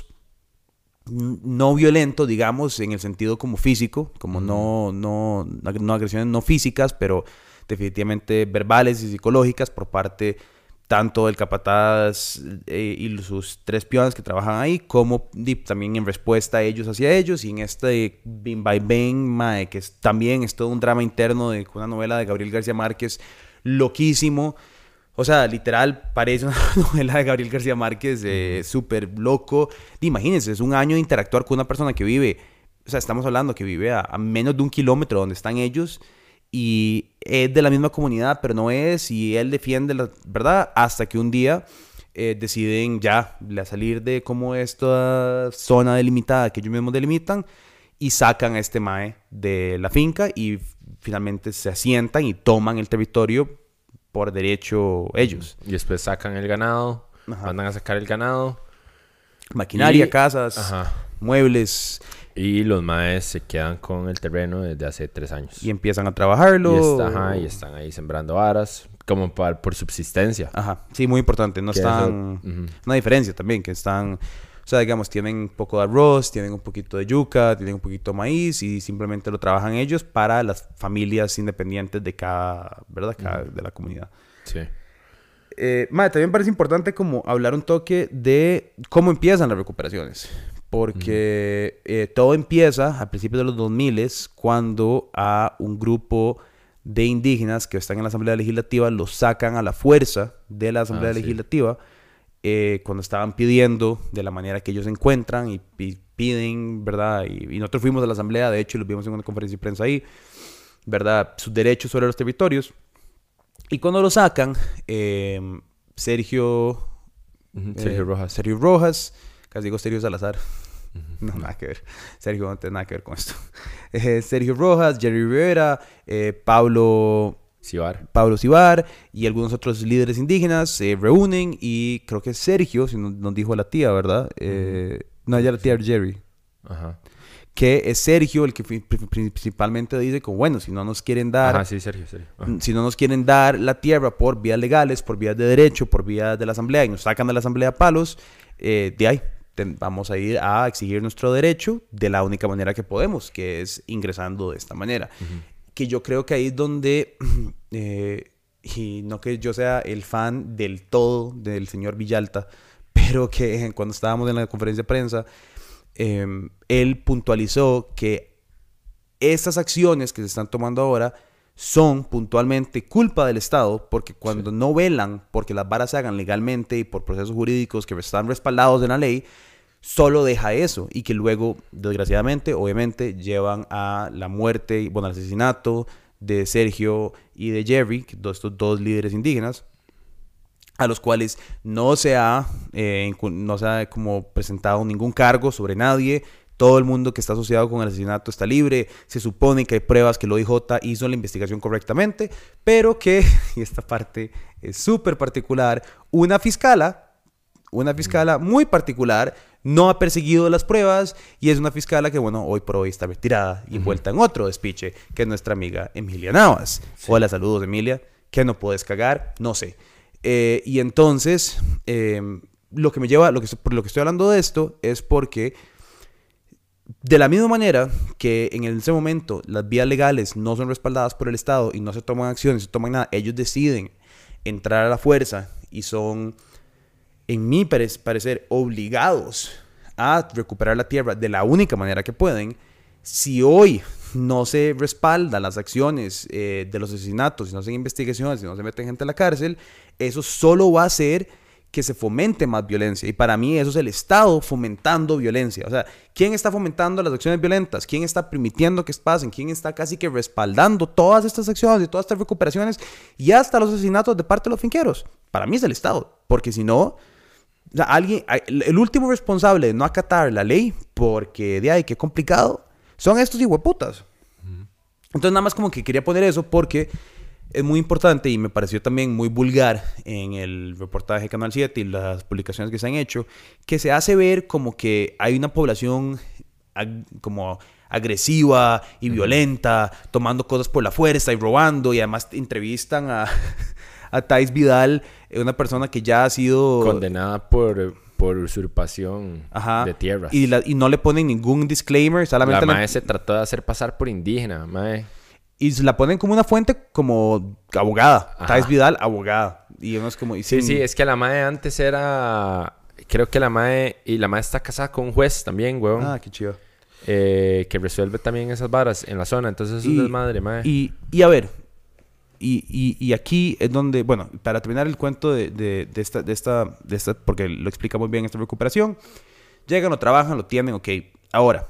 no violentos, digamos, en el sentido como físico, como uh-huh. no, no, no agresiones no físicas, pero definitivamente verbales y psicológicas por parte tanto del capataz eh, y sus tres peones que trabajan ahí, como di, también en respuesta a ellos hacia ellos, y en este Bim by Ben, mae, que es, también es todo un drama interno de una novela de Gabriel García Márquez, loquísimo. O sea, literal, parece una novela de Gabriel García Márquez, eh, súper loco. Di, imagínense, es un año de interactuar con una persona que vive, o sea, estamos hablando que vive a, a menos de un kilómetro donde están ellos, y es de la misma comunidad, pero no es, y él defiende la verdad, hasta que un día eh, deciden ya salir de como esta zona delimitada que ellos mismos delimitan y sacan a este mae de la finca y finalmente se asientan y toman el territorio por derecho ellos. Y después sacan el ganado, Ajá. mandan a sacar el ganado. Maquinaria, y... casas, Ajá. muebles. Y los maes se quedan con el terreno desde hace tres años. Y empiezan a trabajarlo. Y, está, ajá, y están ahí sembrando varas, como para, por subsistencia. Ajá, sí, muy importante. No están... Eso, uh-huh. Una diferencia también, que están... O sea, digamos, tienen un poco de arroz, tienen un poquito de yuca, tienen un poquito de maíz y simplemente lo trabajan ellos para las familias independientes de cada... ¿Verdad? Cada, uh-huh. De la comunidad. Sí. Eh, madre, también parece importante como hablar un toque de cómo empiezan las recuperaciones. Porque uh-huh. eh, todo empieza a principios de los dos mil cuando a un grupo de indígenas que están en la Asamblea Legislativa los sacan a la fuerza de la Asamblea ah, Legislativa. Sí. eh, cuando estaban pidiendo de la manera que ellos encuentran y, y piden, ¿verdad? Y, y nosotros fuimos a la asamblea, de hecho, y los vimos en una conferencia de prensa ahí, ¿verdad? Sus derechos sobre los territorios. Y cuando lo sacan, eh, Sergio... Uh-huh. eh, Sergio Rojas. Sergio Rojas, casi digo Sergio Salazar. No, nada que ver. Sergio no tiene nada que ver con esto. Eh, Sergio Rojas, Jerry Rivera, eh, Pablo... Cibar. Pablo Cibar y algunos otros líderes indígenas se reúnen y creo que Sergio, si no, nos dijo la tía, ¿verdad? Eh, uh-huh. No, ya la tía Jerry. Ajá. Que es Sergio el que principalmente dice como, bueno, si no nos quieren dar... Ajá, sí, Sergio, Sergio. Ajá. Si no nos quieren dar la tierra por vías legales, por vías de derecho, por vías de la asamblea y nos sacan de la asamblea a palos, eh, de ahí ten, vamos a ir a exigir nuestro derecho de la única manera que podemos, que es ingresando de esta manera. Uh-huh. Que yo creo que ahí es donde, eh, y no que yo sea el fan del todo del señor Villalta, pero que cuando estábamos en la conferencia de prensa, eh, él puntualizó que estas acciones que se están tomando ahora son puntualmente culpa del Estado, porque cuando sí. no velan porque las varas se hagan legalmente y por procesos jurídicos que están respaldados en la ley, solo deja eso y que luego, desgraciadamente, obviamente, llevan a la muerte, bueno, al asesinato de Sergio y de Jerry, estos dos líderes indígenas, a los cuales no se ha, eh, no se ha como presentado ningún cargo sobre nadie. Todo el mundo que está asociado con el asesinato está libre. Se supone que hay pruebas que el O I J hizo la investigación correctamente, pero que, y esta parte es súper particular, una fiscala, una fiscala muy particular, no ha perseguido las pruebas y es una fiscala que, bueno, hoy por hoy está retirada y envuelta uh-huh. en otro despiche, que es nuestra amiga Emilia Navas. Sí. Hola, saludos, Emilia. ¿Qué no puedes cagar? No sé. Eh, y entonces, eh, lo que me lleva, lo que, por lo que estoy hablando de esto es porque de la misma manera que en ese momento las vías legales no son respaldadas por el Estado y no se toman acciones, no se toman nada, ellos deciden entrar a la fuerza y son, en mi parecer, obligados a recuperar la tierra de la única manera que pueden. Si hoy no se respaldan las acciones eh, de los asesinatos, si no se hacen investigaciones, si no se mete gente a la cárcel, eso solo va a hacer que se fomente más violencia. Y para mí eso es el Estado fomentando violencia. O sea, ¿quién está fomentando las acciones violentas? ¿Quién está permitiendo que pasen? ¿Quién está casi que respaldando todas estas acciones y todas estas recuperaciones y hasta los asesinatos de parte de los finqueros? Para mí es el Estado. Porque si no, o sea, alguien, el último responsable de no acatar la ley, porque de ahí, qué complicado, son estos hijueputas. Uh-huh. Entonces nada más como que quería poner eso porque es muy importante y me pareció también muy vulgar en el reportaje de Canal siete y las publicaciones que se han hecho, que se hace ver como que hay una población ag- como agresiva y violenta, tomando cosas por la fuerza y robando, y además entrevistan a, a Thais Vidal, una persona que ya ha sido condenada por, por usurpación Ajá. de tierras. Y, la, y no le ponen ningún disclaimer. Solamente la mae le... se trató de hacer pasar por indígena, mae. Y se la ponen como una fuente como abogada. Thais Vidal, abogada. Y uno es como... Y sí, sin... sí, es que la mae antes era... Creo que la mae... Y la mae está casada con un juez también, weón. Ah, qué chido. Eh, que resuelve también esas varas en la zona. Entonces eso y, es desmadre, mae. Y, y a ver... Y, y, y aquí es donde... Bueno, para terminar el cuento de, de, de, esta, de, esta, de esta... Porque lo explica muy bien esta recuperación. Llegan, lo trabajan, lo tienen, ok. Ahora...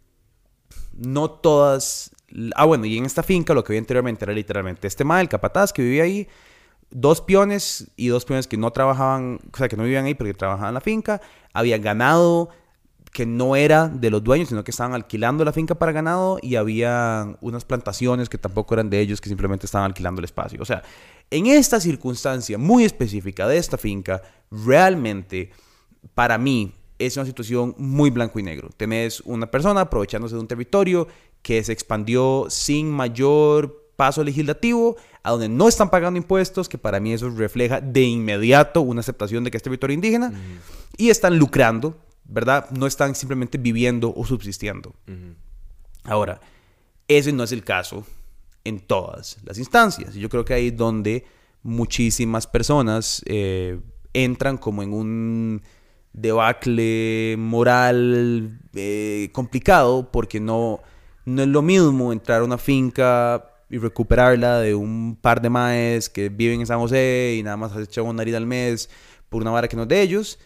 No todas... Ah, bueno, y en esta finca lo que vi anteriormente era literalmente este mae, el capataz que vivía ahí, dos peones y dos peones que no trabajaban, o sea, que no vivían ahí porque trabajaban en la finca. Había ganado que no era de los dueños, sino que estaban alquilando la finca para ganado, y había unas plantaciones que tampoco eran de ellos, que simplemente estaban alquilando el espacio. O sea, en esta circunstancia muy específica de esta finca, realmente, para mí, es una situación muy blanco y negro. Tenés una persona aprovechándose de un territorio que se expandió sin mayor paso legislativo, a donde no están pagando impuestos, que para mí eso refleja de inmediato una aceptación de que es territorio indígena, uh-huh. y están lucrando, ¿verdad? No están simplemente viviendo o subsistiendo. Uh-huh. Ahora, ese no es el caso en todas las instancias. Y yo creo que ahí es donde muchísimas personas eh, entran como en un debacle moral eh, complicado, porque no, no es lo mismo entrar a una finca y recuperarla de un par de maes que viven en San José y nada más has echado una herida al mes por una vara que no es de ellos,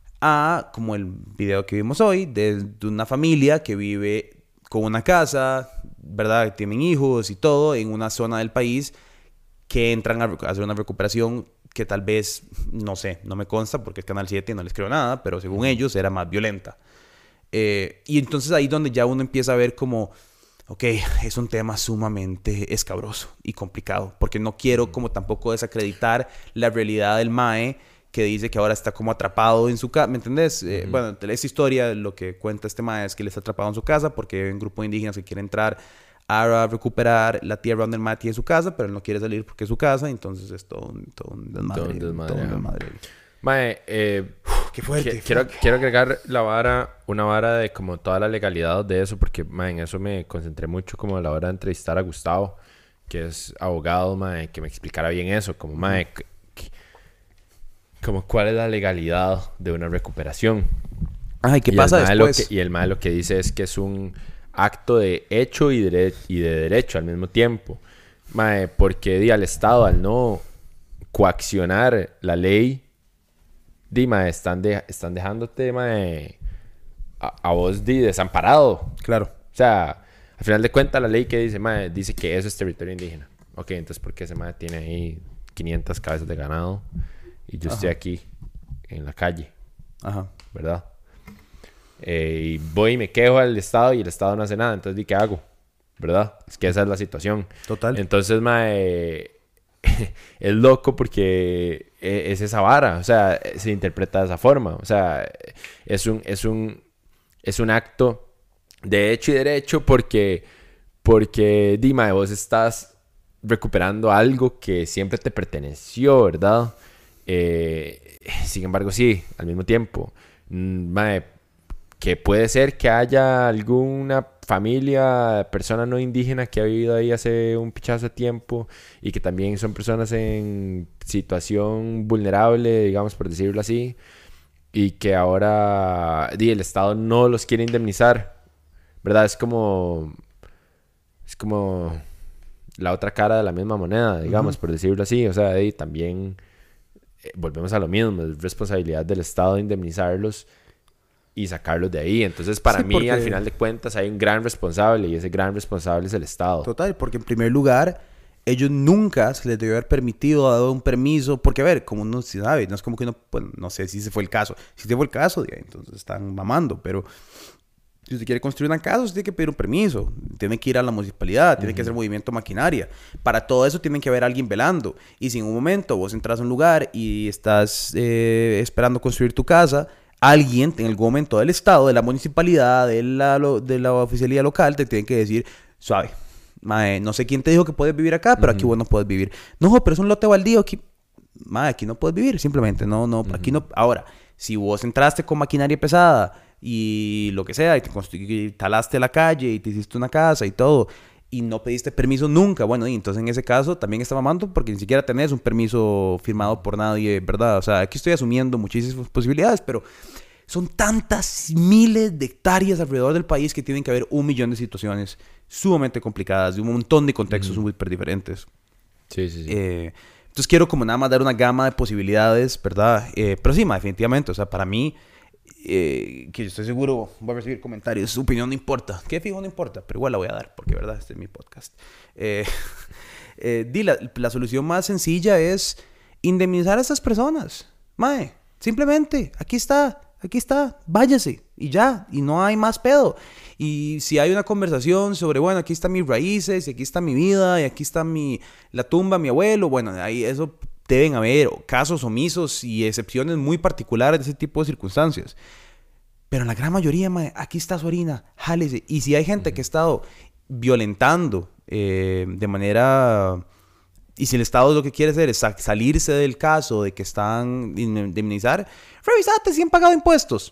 a como el video que vimos hoy, de, de una familia que vive con una casa, ¿verdad? Tienen hijos y todo, en una zona del país que entran a hacer una recuperación que tal vez, no sé, no me consta porque es Canal siete, no les creo nada, pero según ellos era más violenta. Eh, y entonces ahí donde ya uno empieza a ver como, ok, es un tema sumamente escabroso y complicado, porque no quiero como tampoco desacreditar la realidad del mae que dice que ahora está como atrapado en su casa, ¿me entendés? Eh, uh-huh. Bueno, esa historia, lo que cuenta este mae es que él está atrapado en su casa porque hay un grupo de indígenas que quiere entrar a recuperar la tierra donde el mae tiene su casa, pero él no quiere salir porque es su casa, entonces es todo un, todo un desmadre. Todo un desmadre. Todo un desmadre. Mae, eh, Uf, qué fuerte. Qu- quiero, quiero agregar la vara, una vara de como toda la legalidad de eso, porque mae, en eso me concentré mucho como a la hora de entrevistar a Gustavo, que es abogado, mae, que me explicara bien eso, como mae, c- c- como cuál es la legalidad de una recuperación. Ay, ¿qué y pasa el después? Que, y el mae lo que dice es que es un acto de hecho y de, y de derecho al mismo tiempo. Mae, porque di, al Estado, al no coaccionar la ley, di, mae, están, de, están dejándote, mae, a, a vos di, desamparado. Claro. O sea, al final de cuentas la ley que dice, mae, dice que eso es territorio indígena. Ok, entonces ¿por qué ese mae tiene ahí quinientas cabezas de ganado y yo Ajá. estoy aquí en la calle? Ajá. ¿Verdad? Eh, y voy y me quejo al Estado y el Estado no hace nada. Entonces, ¿di qué hago? ¿Verdad? Es que esa es la situación. Total. Entonces, mae, es loco porque es esa vara. O sea, se interpreta de esa forma. O sea, es un, es un, es un acto de hecho y derecho porque, porque di, mae, vos estás recuperando algo que siempre te perteneció, ¿verdad? Eh, sin embargo, sí, al mismo tiempo, mae, que puede ser que haya alguna familia, persona no indígena que ha vivido ahí hace un pichazo de tiempo y que también son personas en situación vulnerable, digamos, por decirlo así, y que ahora di, el Estado no los quiere indemnizar, ¿verdad? Es como es como la otra cara de la misma moneda, digamos, uh-huh. por decirlo así. O sea, di, también eh, volvemos a lo mismo, es responsabilidad del Estado indemnizarlos y sacarlos de ahí. Entonces, para sí, mí, porque... al final de cuentas, hay un gran responsable y ese gran responsable es el Estado. Total, porque en primer lugar, ellos nunca se les debió haber permitido, dado un permiso, porque a ver, como uno sabe, no es como que uno, pues, no sé si ese fue el caso. Si ese fue el caso, ya, entonces están mamando, pero si usted quiere construir una casa, usted tiene que pedir un permiso, tiene que ir a la municipalidad, tiene uh-huh. que hacer movimiento maquinaria. Para todo eso tiene que haber alguien velando. Y si en un momento vos entras a un lugar y estás eh, esperando construir tu casa, alguien en algún momento del Estado, de la municipalidad, de la, de la oficialía local, te tienen que decir, suave, mae, no sé quién te dijo que puedes vivir acá, pero uh-huh. aquí vos no puedes vivir. No, pero es un lote baldío, aquí, mae, aquí no puedes vivir, simplemente, no, no, uh-huh. aquí no. Ahora, si vos entraste con maquinaria pesada y lo que sea, y te y talaste la calle y te hiciste una casa y todo, y no pediste permiso nunca, bueno, y entonces en ese caso también está mamando porque ni siquiera tenés un permiso firmado por nadie, ¿verdad? O sea, aquí estoy asumiendo muchísimas posibilidades, pero son tantas miles de hectáreas alrededor del país que tienen que haber un millón de situaciones sumamente complicadas, de un montón de contextos muy uh-huh. diferentes. Sí, sí, sí. Eh, entonces quiero como nada más dar una gama de posibilidades, ¿verdad? Eh, pero sí, ma, definitivamente, o sea, para mí, eh, que yo estoy seguro voy a recibir comentarios, su opinión no importa, que fijo no importa, pero igual la voy a dar, porque verdad, este es mi podcast. Eh, eh, di, la, la solución más sencilla es indemnizar a estas personas. Mae, simplemente, aquí está, aquí está, váyase, y ya, y no hay más pedo. Y si hay una conversación sobre, bueno, aquí están mis raíces, y aquí está mi vida, y aquí está mi, la tumba de mi abuelo, bueno, ahí eso deben haber casos omisos y excepciones muy particulares de ese tipo de circunstancias. Pero en la gran mayoría, mae, aquí está su orina, jálese. Y si hay gente uh-huh. que ha estado violentando eh, de manera... Y si el Estado lo que quiere hacer es salirse del caso de que están indemnizar, revisate si han pagado impuestos.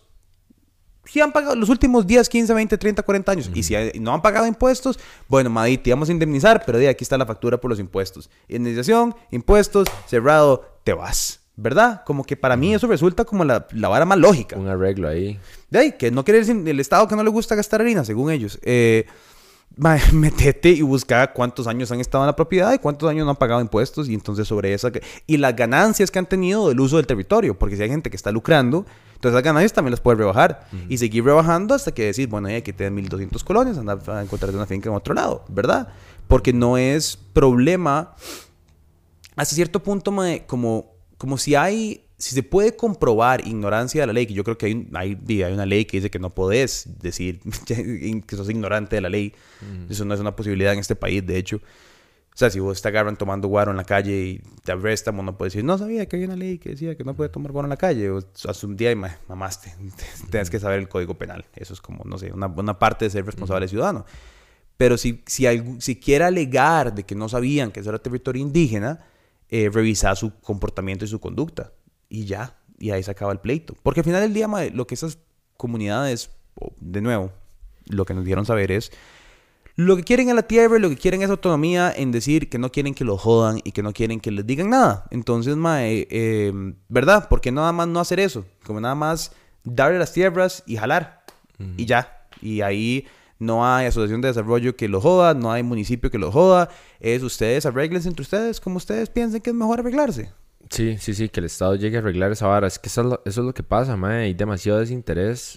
Si han pagado los últimos diez, quince, veinte, treinta, cuarenta años. Uh-huh. Y si no han pagado impuestos, bueno, madre, te vamos a indemnizar, pero de aquí está la factura por los impuestos. Indemnización, impuestos, cerrado, te vas. ¿Verdad? Como que para uh-huh. mí eso resulta como la, la vara más lógica. Un arreglo ahí. De ahí, que no quiere decir el Estado que no le gusta gastar harina, según ellos. Eh, mae, metete y busca cuántos años han estado en la propiedad y cuántos años no han pagado impuestos y entonces sobre esa... Y las ganancias que han tenido del uso del territorio, porque si hay gente que está lucrando, entonces las ganancias también las puedes rebajar uh-huh. y seguir rebajando hasta que decir, bueno, hay que tener mil doscientos colones, andar a encontrar una finca en otro lado, ¿verdad? Porque no es problema, hasta cierto punto, mae, como, como si hay... Si se puede comprobar ignorancia de la ley, que yo creo que hay, hay, hay una ley que dice que no podés decir que sos ignorante de la ley. Mm. Eso no es una posibilidad en este país, de hecho. O sea, si vos te agarran tomando guaro en la calle y te arrestan, vos no puedes decir, no sabía que había una ley que decía que no puedes tomar guaro en la calle. O hace un día y mamaste. Tienes que saber el código penal. Eso es como, no sé, una, una parte de ser responsable mm. ciudadano. Pero si, si, algo, si quiere alegar de que no sabían que eso era territorio indígena, eh, revisar su comportamiento y su conducta. Y ya, y ahí se acaba el pleito. Porque al final del día, madre, lo que esas comunidades, de nuevo, lo que nos dieron saber es, lo que quieren es la tierra, lo que quieren es autonomía en decir que no quieren que los jodan y que no quieren que les digan nada. Entonces, madre, eh, ¿verdad? ¿Por qué nada más no hacer eso? Como nada más darle las tierras y jalar. Uh-huh. Y ya. Y ahí no hay asociación de desarrollo que los joda, no hay municipio que los joda. Es ustedes arreglense entre ustedes como ustedes piensen que es mejor arreglarse. Sí, sí, sí, que el Estado llegue a arreglar esa vara. Es que eso es lo, eso es lo que pasa, mae. Hay demasiado desinterés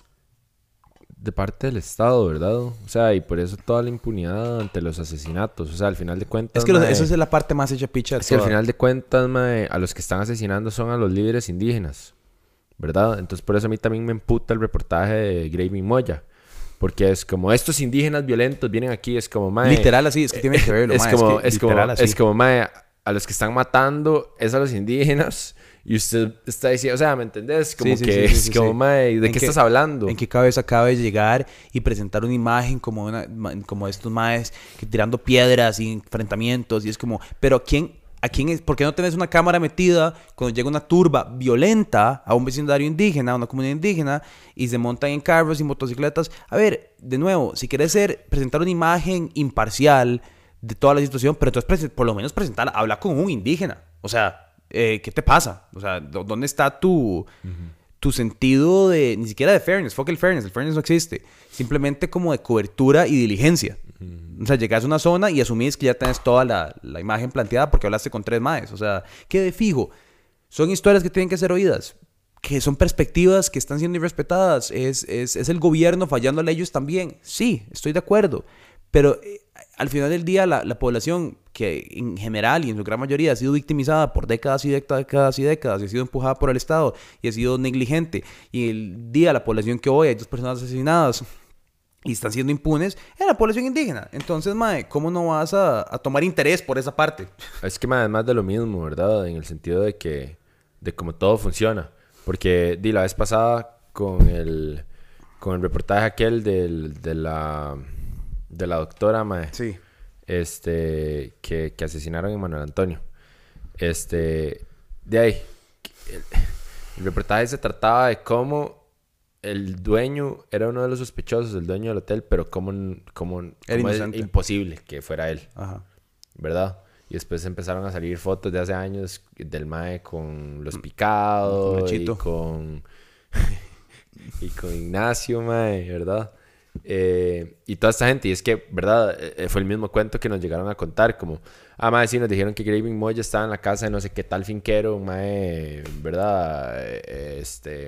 de parte del Estado, ¿verdad? O sea, y por eso toda la impunidad ante los asesinatos. O sea, al final de cuentas... Es que los, mae, eso es la parte más hecha picha de Es toda. Que al final de cuentas, mae, a los que están asesinando son a los líderes indígenas, ¿verdad? Entonces, por eso a mí también me emputa el reportaje de Graving Moya. Porque es como, estos indígenas violentos vienen aquí, es como, mae... Literal así, es que tiene que verlo, es, mae, como, es, que, es, como, así. es como, mae... A los que están matando es a los indígenas y usted está diciendo, o sea, ¿me entendés? Como sí, sí, que sí, es sí, como, sí. mae, ¿de qué, qué estás hablando? ¿En qué cabeza cabe llegar y presentar una imagen como una, como estos maes que tirando piedras y enfrentamientos? Y es como, pero ¿quién, a quién es? ¿Por qué no tenés una cámara metida cuando llega una turba violenta a un vecindario indígena, a una comunidad indígena, y se montan en carros y motocicletas? A ver, de nuevo, si querés ser, presentar una imagen imparcial de toda la situación, pero entonces por lo menos presentar, habla con un indígena. O sea, eh, ¿qué te pasa? O sea, ¿dónde está tu, uh-huh. tu sentido de, ni siquiera de fairness? Fuck el fairness, el fairness no existe. Simplemente como de cobertura y diligencia. Uh-huh. O sea, llegas a una zona y asumís que ya tenés toda la, la imagen planteada porque hablaste con tres maes. O sea, ¿qué de fijo? Son historias que tienen que ser oídas, que son perspectivas que están siendo irrespetadas. Es, es, es el gobierno fallándole a ellos también. Sí, estoy de acuerdo. Pero eh, al final del día, la, la población que en general y en su gran mayoría ha sido victimizada por décadas y décadas y décadas y ha sido empujada por el Estado y ha sido negligente. Y el día, la población que hoy hay dos personas asesinadas y están siendo impunes, es la población indígena. Entonces, mae, ¿cómo no vas a, a tomar interés por esa parte? Es que, mae, es más de lo mismo, ¿verdad? En el sentido de que, de cómo todo funciona. Porque, di, la vez pasada con el, con el reportaje aquel del, de la... de la doctora, mae, sí. este, que, que asesinaron a Manuel Antonio. Este, de ahí, el, el reportaje se trataba de cómo el dueño era uno de los sospechosos, el dueño del hotel, pero cómo, cómo, cómo es imposible que fuera él. Ajá. ¿Verdad? Y después empezaron a salir fotos de hace años del mae con los picados y con, y con Ignacio, mae, ¿verdad? Eh, y toda esta gente, y es que, ¿verdad? Eh, fue el mismo cuento que nos llegaron a contar, como, ah, mae, sí, nos dijeron que Graving Moya estaba en la casa de no sé qué tal finquero, mae, ¿verdad? Eh, este,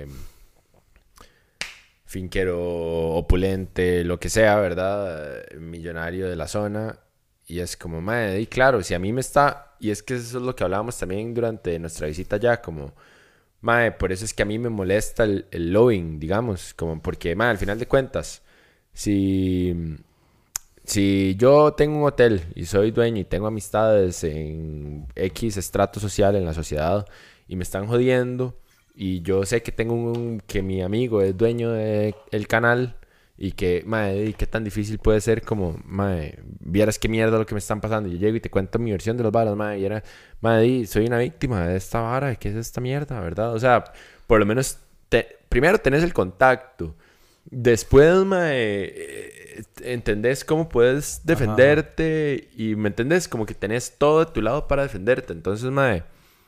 finquero opulente, lo que sea, ¿verdad? Millonario de la zona, y es como, mae, y claro, si a mí me está, y es que eso es lo que hablábamos también durante nuestra visita allá, como, mae, por eso es que a mí me molesta el, el lobbying, digamos, como, porque, mae, al final de cuentas, Si, si yo tengo un hotel y soy dueño y tengo amistades en X estrato social en la sociedad y me están jodiendo y yo sé que tengo un, que mi amigo es dueño del canal y que, mae, qué tan difícil puede ser como, mae, vieras qué mierda lo que me están pasando. Yo llego y te cuento mi versión de los varas, mae, y era, mae, soy una víctima de esta vara, ¿qué es esta mierda, verdad? O sea, por lo menos, te, primero tenés el contacto. Después, mae, entendés cómo puedes defenderte. Ajá. Y me entendés como que tenés todo de tu lado para defenderte. Entonces, mae,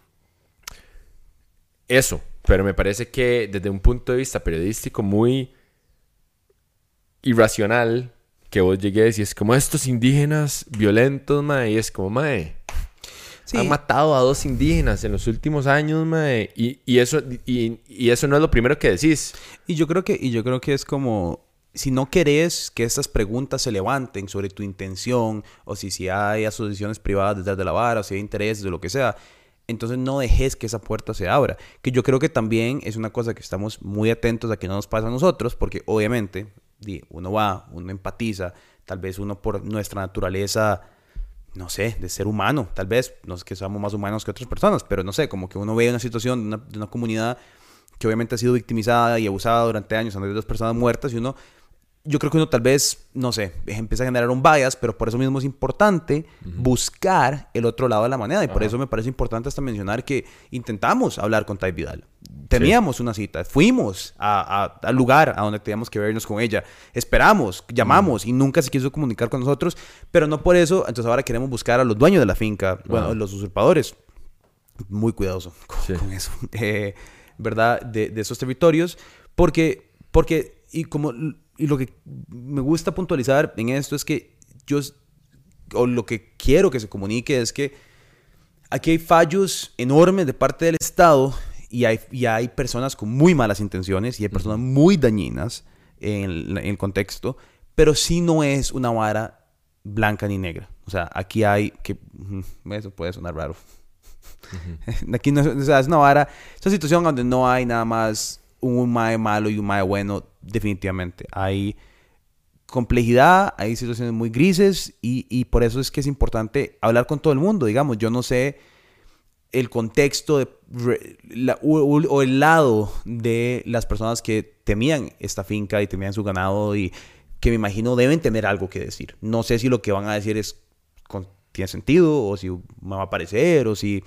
eso. Pero me parece que desde un punto de vista periodístico muy irracional que vos llegues y es como estos indígenas violentos, mae, y es como, mae, sí. Han matado a dos indígenas en los últimos años, mae, y, y, eso, y, y eso no es lo primero que decís. Y yo creo que, y yo creo que es como, si no querés que estas preguntas se levanten sobre tu intención, o si, si hay asociaciones privadas detrás de la vara, o si hay intereses o lo que sea, entonces no dejes que esa puerta se abra. Que yo creo que también es una cosa que estamos muy atentos a que no nos pase a nosotros, porque obviamente uno va, uno empatiza, tal vez uno por nuestra naturaleza, no sé, de ser humano, tal vez, no es que seamos más humanos que otras personas, pero no sé, como que uno ve una situación de una, de una comunidad que obviamente ha sido victimizada y abusada durante años, donde hay dos personas muertas y uno... Yo creo que uno tal vez, no sé, empieza a generar un bias, pero por eso mismo es importante uh-huh. buscar el otro lado de la moneda. Y uh-huh. por eso me parece importante hasta mencionar que intentamos hablar con Tai Vidal. Teníamos sí. una cita, fuimos a, a, al lugar a donde teníamos que vernos con ella. Esperamos, llamamos uh-huh. y nunca se quiso comunicar con nosotros. Pero no por eso, entonces ahora queremos buscar a los dueños de la finca, uh-huh. bueno, los usurpadores. Muy cuidadoso con, sí. con eso, eh, ¿verdad? De, de esos territorios. Porque, porque, y como... Y lo que me gusta puntualizar en esto es que yo, o lo que quiero que se comunique es que aquí hay fallos enormes de parte del Estado y hay, y hay personas con muy malas intenciones y hay personas muy dañinas en, en el contexto, pero sí no es una vara blanca ni negra. O sea, aquí hay que... Eso puede sonar raro. Uh-huh. Aquí no, o sea, es una vara, es una situación donde no hay nada más un mae malo y un mae bueno, definitivamente. Hay complejidad, hay situaciones muy grises y, y por eso es que es importante hablar con todo el mundo. Digamos, yo no sé el contexto de, la, o, o el lado de las personas que temían esta finca y temían su ganado y que me imagino deben tener algo que decir. No sé si lo que van a decir es con, tiene sentido o si me va a parecer o si...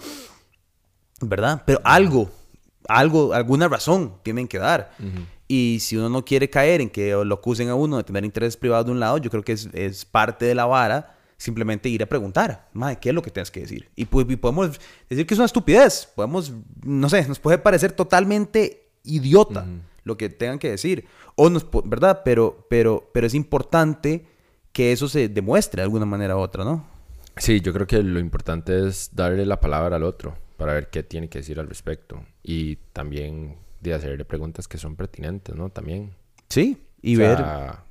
¿Verdad? Pero algo... Algo, alguna razón tienen que dar. Uh-huh. Y si uno no quiere caer en que lo acusen a uno de tener intereses privados de un lado, yo creo que es, es parte de la vara simplemente ir a preguntar, madre, ¿qué es lo que tienes que decir? Y, pues, y podemos decir que es una estupidez. Podemos, no sé, nos puede parecer totalmente idiota uh-huh. lo que tengan que decir. O nos, ¿verdad? Pero, pero, pero es importante que eso se demuestre de alguna manera u otra, ¿no? Sí, yo creo que lo importante es darle la palabra al otro para ver qué tiene que decir al respecto. Y también de hacerle preguntas que son pertinentes, ¿no? También. Sí, y o ver... sea...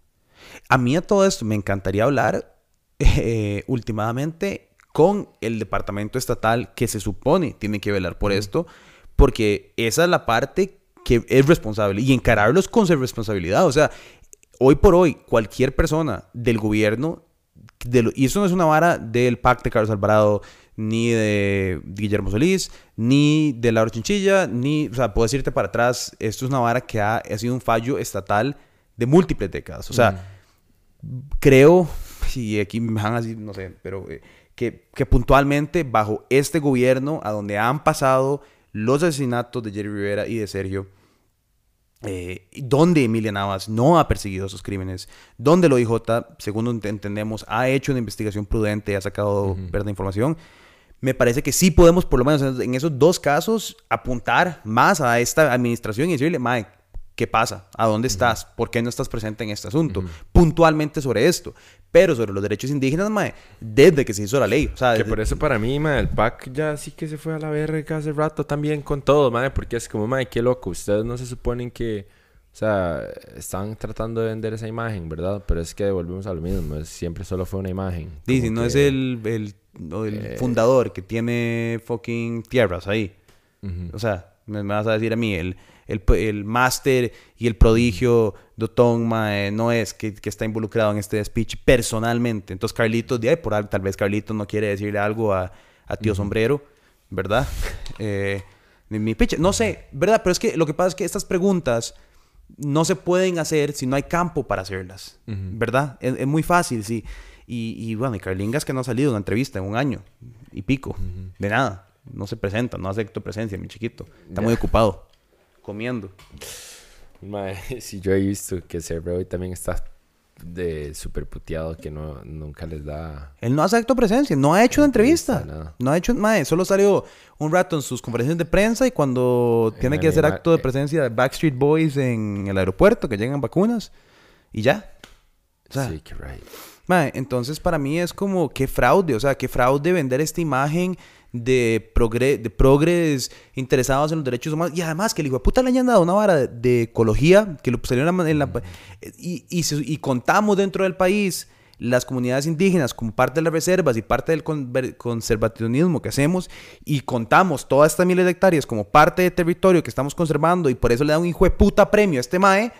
A mí a todo esto me encantaría hablar eh, últimamente con el departamento estatal que se supone tiene que velar por mm. esto, porque esa es la parte que es responsable y encararlos con su responsabilidad. O sea, hoy por hoy, cualquier persona del gobierno, de lo, y eso no es una vara del P A C de Carlos Alvarado, ni de Guillermo Solís, ni de Laura Chinchilla, ni, o sea, puedo decirte para atrás, esto es una vara que ha, ha sido un fallo estatal de múltiples décadas. O sea, mm. creo, y aquí me van a decir, no sé, pero eh, que, que puntualmente bajo este gobierno, a donde han pasado los asesinatos de Jerry Rivera y de Sergio, Eh, donde Emilia Navas no ha perseguido esos crímenes, donde el O I J, según entendemos, ha hecho una investigación prudente, ha sacado uh-huh. verdad información, me parece que sí podemos, por lo menos en esos dos casos, apuntar más a esta administración y decirle, Mike, ¿qué pasa? ¿A dónde uh-huh. estás? ¿Por qué no estás presente en este asunto? Uh-huh. Puntualmente sobre esto. Pero sobre los derechos indígenas, mae, desde que se hizo la ley. O sea, que desde... por eso para mí, mae, el P A C ya sí que se fue a la verga hace rato también con todo, mae, porque es como, mae, qué loco. Ustedes no se suponen que, o sea, están tratando de vender esa imagen, ¿verdad? Pero es que volvemos a lo mismo. Es, siempre solo fue una imagen. Dice, no que... es el, el, el eh... fundador que tiene fucking tierras ahí. Uh-huh. O sea, me, me vas a decir a mí, el... El, el máster y el prodigio Dotón, mae, no es que, que está involucrado en este speech personalmente. Entonces Carlitos, de ahí, por algo, tal vez Carlitos no quiere decirle algo a, a tío uh-huh. Sombrero, ¿verdad? eh, mi pitch, no sé, ¿verdad? Pero es que lo que pasa es que estas preguntas no se pueden hacer si no hay campo para hacerlas, uh-huh. ¿verdad? Es, es muy fácil, sí. Y, y bueno, y Carlingas que no ha salido en una entrevista en un año y pico, uh-huh. de nada. No se presenta, no acepto presencia, mi chiquito. Está yeah. muy ocupado. Comiendo. Mae, sí, yo he visto que ese bro también está de súper puteado, que no, nunca les da... Él no aceptó presencia, no ha hecho una entrevista. Nada. No ha hecho, mae, solo salió un rato en sus conferencias de prensa y cuando en tiene que hacer acto de presencia de Backstreet Boys en el aeropuerto, que llegan vacunas, y ya. O sea, sí, que right. Mae, entonces para mí es como, qué fraude, o sea, qué fraude vender esta imagen de, progre de progres interesados en los derechos humanos. Y además que el hijo de puta le hayan dado una vara de, de ecología, que lo pusieron en la... En la mm. y, y, y contamos dentro del país las comunidades indígenas como parte de las reservas y parte del con conservacionismo que hacemos, y contamos todas estas miles de hectáreas como parte del territorio que estamos conservando, y por eso le da un hijo de puta premio a este mae.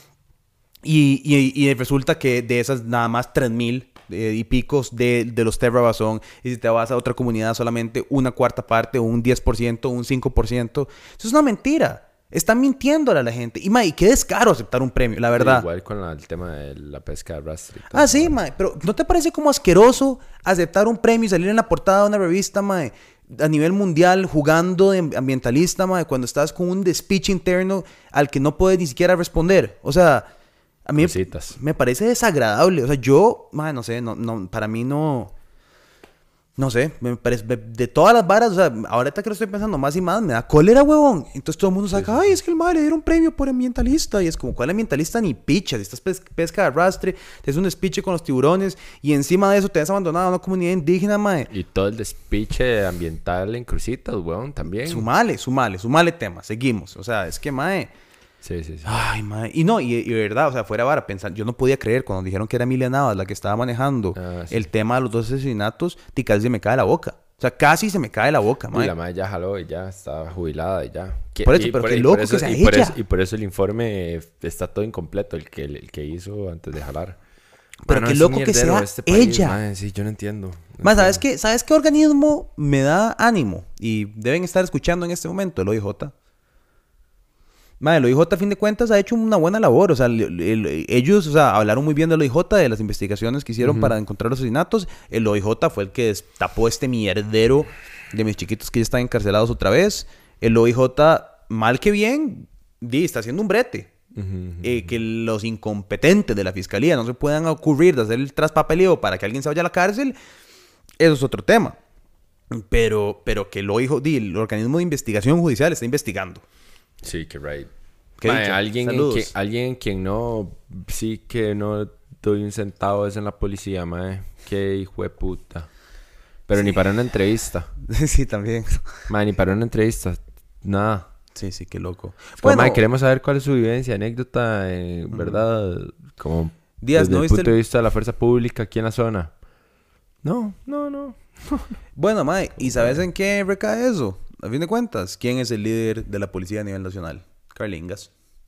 Y, y, y resulta que de esas nada más tres mil eh, y picos de, de los Terra-Bazón. Y si te vas a otra comunidad solamente una cuarta parte, o un diez por ciento, o un cinco por ciento. Eso es una mentira. Están mintiéndole a la gente. Y, ma, y qué descaro aceptar un premio, la verdad. Sí, igual con la, el tema de la pesca de arrastre. Ah, sí, ma. Pero ¿no te parece como asqueroso aceptar un premio y salir en la portada de una revista, ma, a nivel mundial jugando de ambientalista, ma, cuando estás con un despiche interno al que no puedes ni siquiera responder? O sea... A mí Cositas. me parece desagradable. O sea, yo, man, no sé, no, no, para mí no... No sé, me parece... De todas las varas, o sea, ahorita que lo estoy pensando más y más, me da cólera, huevón. Entonces todo el mundo saca, sí, sí. Ay, es que el madre le dieron premio por ambientalista. Y es como, ¿cuál ambientalista? Ni picha. Si estás pes pesca de arrastre, te es un despiche con los tiburones, y encima de eso te has abandonado a una comunidad indígena, madre. Y todo el despiche ambiental en Cruzitas, huevón, también. Sumale, sumale, sumale tema. Seguimos. O sea, es que, madre... Sí, sí, sí. Ay, madre. Y no, y, y de verdad, o sea, fuera vara, pensar, yo no podía creer cuando dijeron que era Emilia Navas la que estaba manejando ah, sí. el tema de los dos asesinatos, y casi se me cae la boca. O sea, casi se me cae la boca, madre. Y la madre ya jaló y ya estaba jubilada y ya. Por eso, y pero por, qué loco eso, que sea y ella. Por eso, y por eso el informe está todo incompleto, el que, el que hizo antes de jalar. Pero bueno, qué loco que sea este país, ella. Madre, sí, yo no entiendo. No Más, ¿sabes qué? ¿Sabes qué organismo me da ánimo? Y deben estar escuchando en este momento, el O I J. Madre, el O I J a fin de cuentas ha hecho una buena labor. O sea, el, el, ellos, o sea, hablaron muy bien del O I J, de las investigaciones que hicieron uh-huh. para encontrar los asesinatos. El O I J fue el que destapó este mierdero de mis chiquitos que ya están encarcelados otra vez. El O I J, mal que bien, di, está haciendo un brete. Uh-huh. eh, que los incompetentes de la fiscalía no se puedan ocurrir de hacer el traspapeleo para que alguien se vaya a la cárcel, eso es otro tema. Pero, pero que el O I J, di, el organismo de investigación judicial está investigando. Sí, que right. Mae, alguien, en quien, alguien en quien no... Sí que no doy un centavo es en la policía, mae. Qué hijo de puta. Pero sí. Ni para una entrevista. Sí, también. Mae, ni para una entrevista. Nada. Sí, sí, qué loco. Pues, bueno, mae, queremos saber cuál es su vivencia, anécdota, eh, ¿verdad? Como Díaz, desde ¿no el punto el... de vista de la fuerza pública aquí en la zona. No, no, no. Bueno, mae, ¿y sabes en qué recae eso? A fin de cuentas, ¿quién es el líder de la policía a nivel nacional? Carlingas.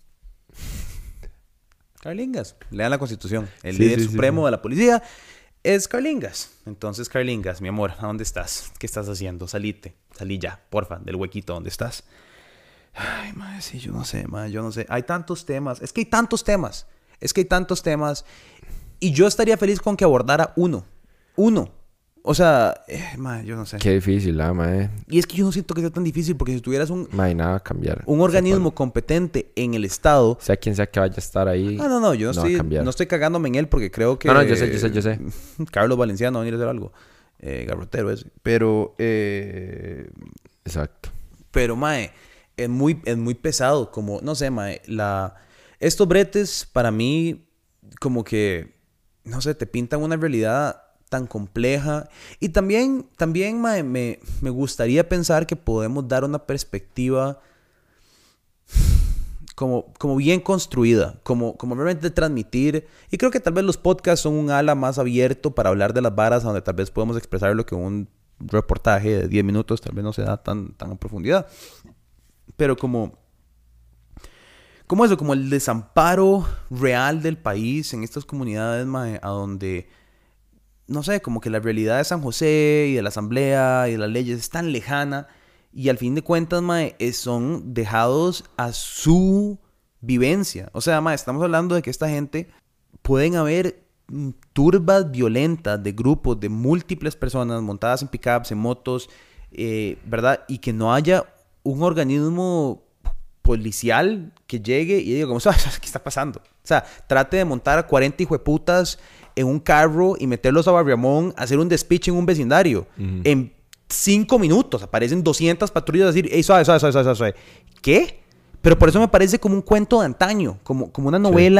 Carlingas. Lean la Constitución. El sí, líder sí, supremo sí. de la policía es Carlingas. Entonces, Carlingas, mi amor, ¿a dónde estás? ¿Qué estás haciendo? Salite. Salí ya, porfa, del huequito donde estás. Ay, madre, sí, yo no sé, madre, yo no sé. Hay tantos temas. Es que hay tantos temas. Es que hay tantos temas. Y yo estaría feliz con que abordara uno. Uno. O sea, eh, madre, yo no sé. Qué difícil, ah, madre. Y es que yo no siento que sea tan difícil, porque si tuvieras un... Madre, nada va a cambiar. Un organismo competente en el Estado... Sea quien sea que vaya a estar ahí... No, no, no. Yo no, no, estoy, no estoy cagándome en él porque creo que... No, no, yo sé, yo sé, yo sé. Carlos Valenciano va a venir a hacer algo. Eh, garrotero ese. Pero... Eh... Exacto. Pero, mae, es muy, es muy pesado. Como, no sé, mae, la... Estos bretes, para mí, como que... No sé, te pintan una realidad... tan compleja, y también también mae, me, me gustaría pensar que podemos dar una perspectiva como, como bien construida, como, como realmente transmitir, y creo que tal vez los podcasts son un ala más abierto para hablar de las varas, donde tal vez podemos expresar lo que un reportaje de diez minutos tal vez no se da tan, tan a profundidad, pero como como eso, como el desamparo real del país en estas comunidades, mae, a donde no sé, como que la realidad de San José y de la asamblea y de las leyes es tan lejana, y al fin de cuentas, mae, son dejados a su vivencia. O sea, mae, estamos hablando de que esta gente, pueden haber turbas violentas de grupos de múltiples personas montadas en pickups, en motos, eh, ¿verdad? Y que no haya un organismo policial que llegue y diga, como, ¿qué está pasando? O sea, trate de montar a cuarenta hijueputas en un carro y meterlos a Barriamón, hacer un despiche en un vecindario. Uh-huh. En cinco minutos aparecen doscientas patrullas a decir, ey, suave, suave, suave, suave, suave. ¿Qué? Pero por eso me parece como un cuento de antaño, como, como una novela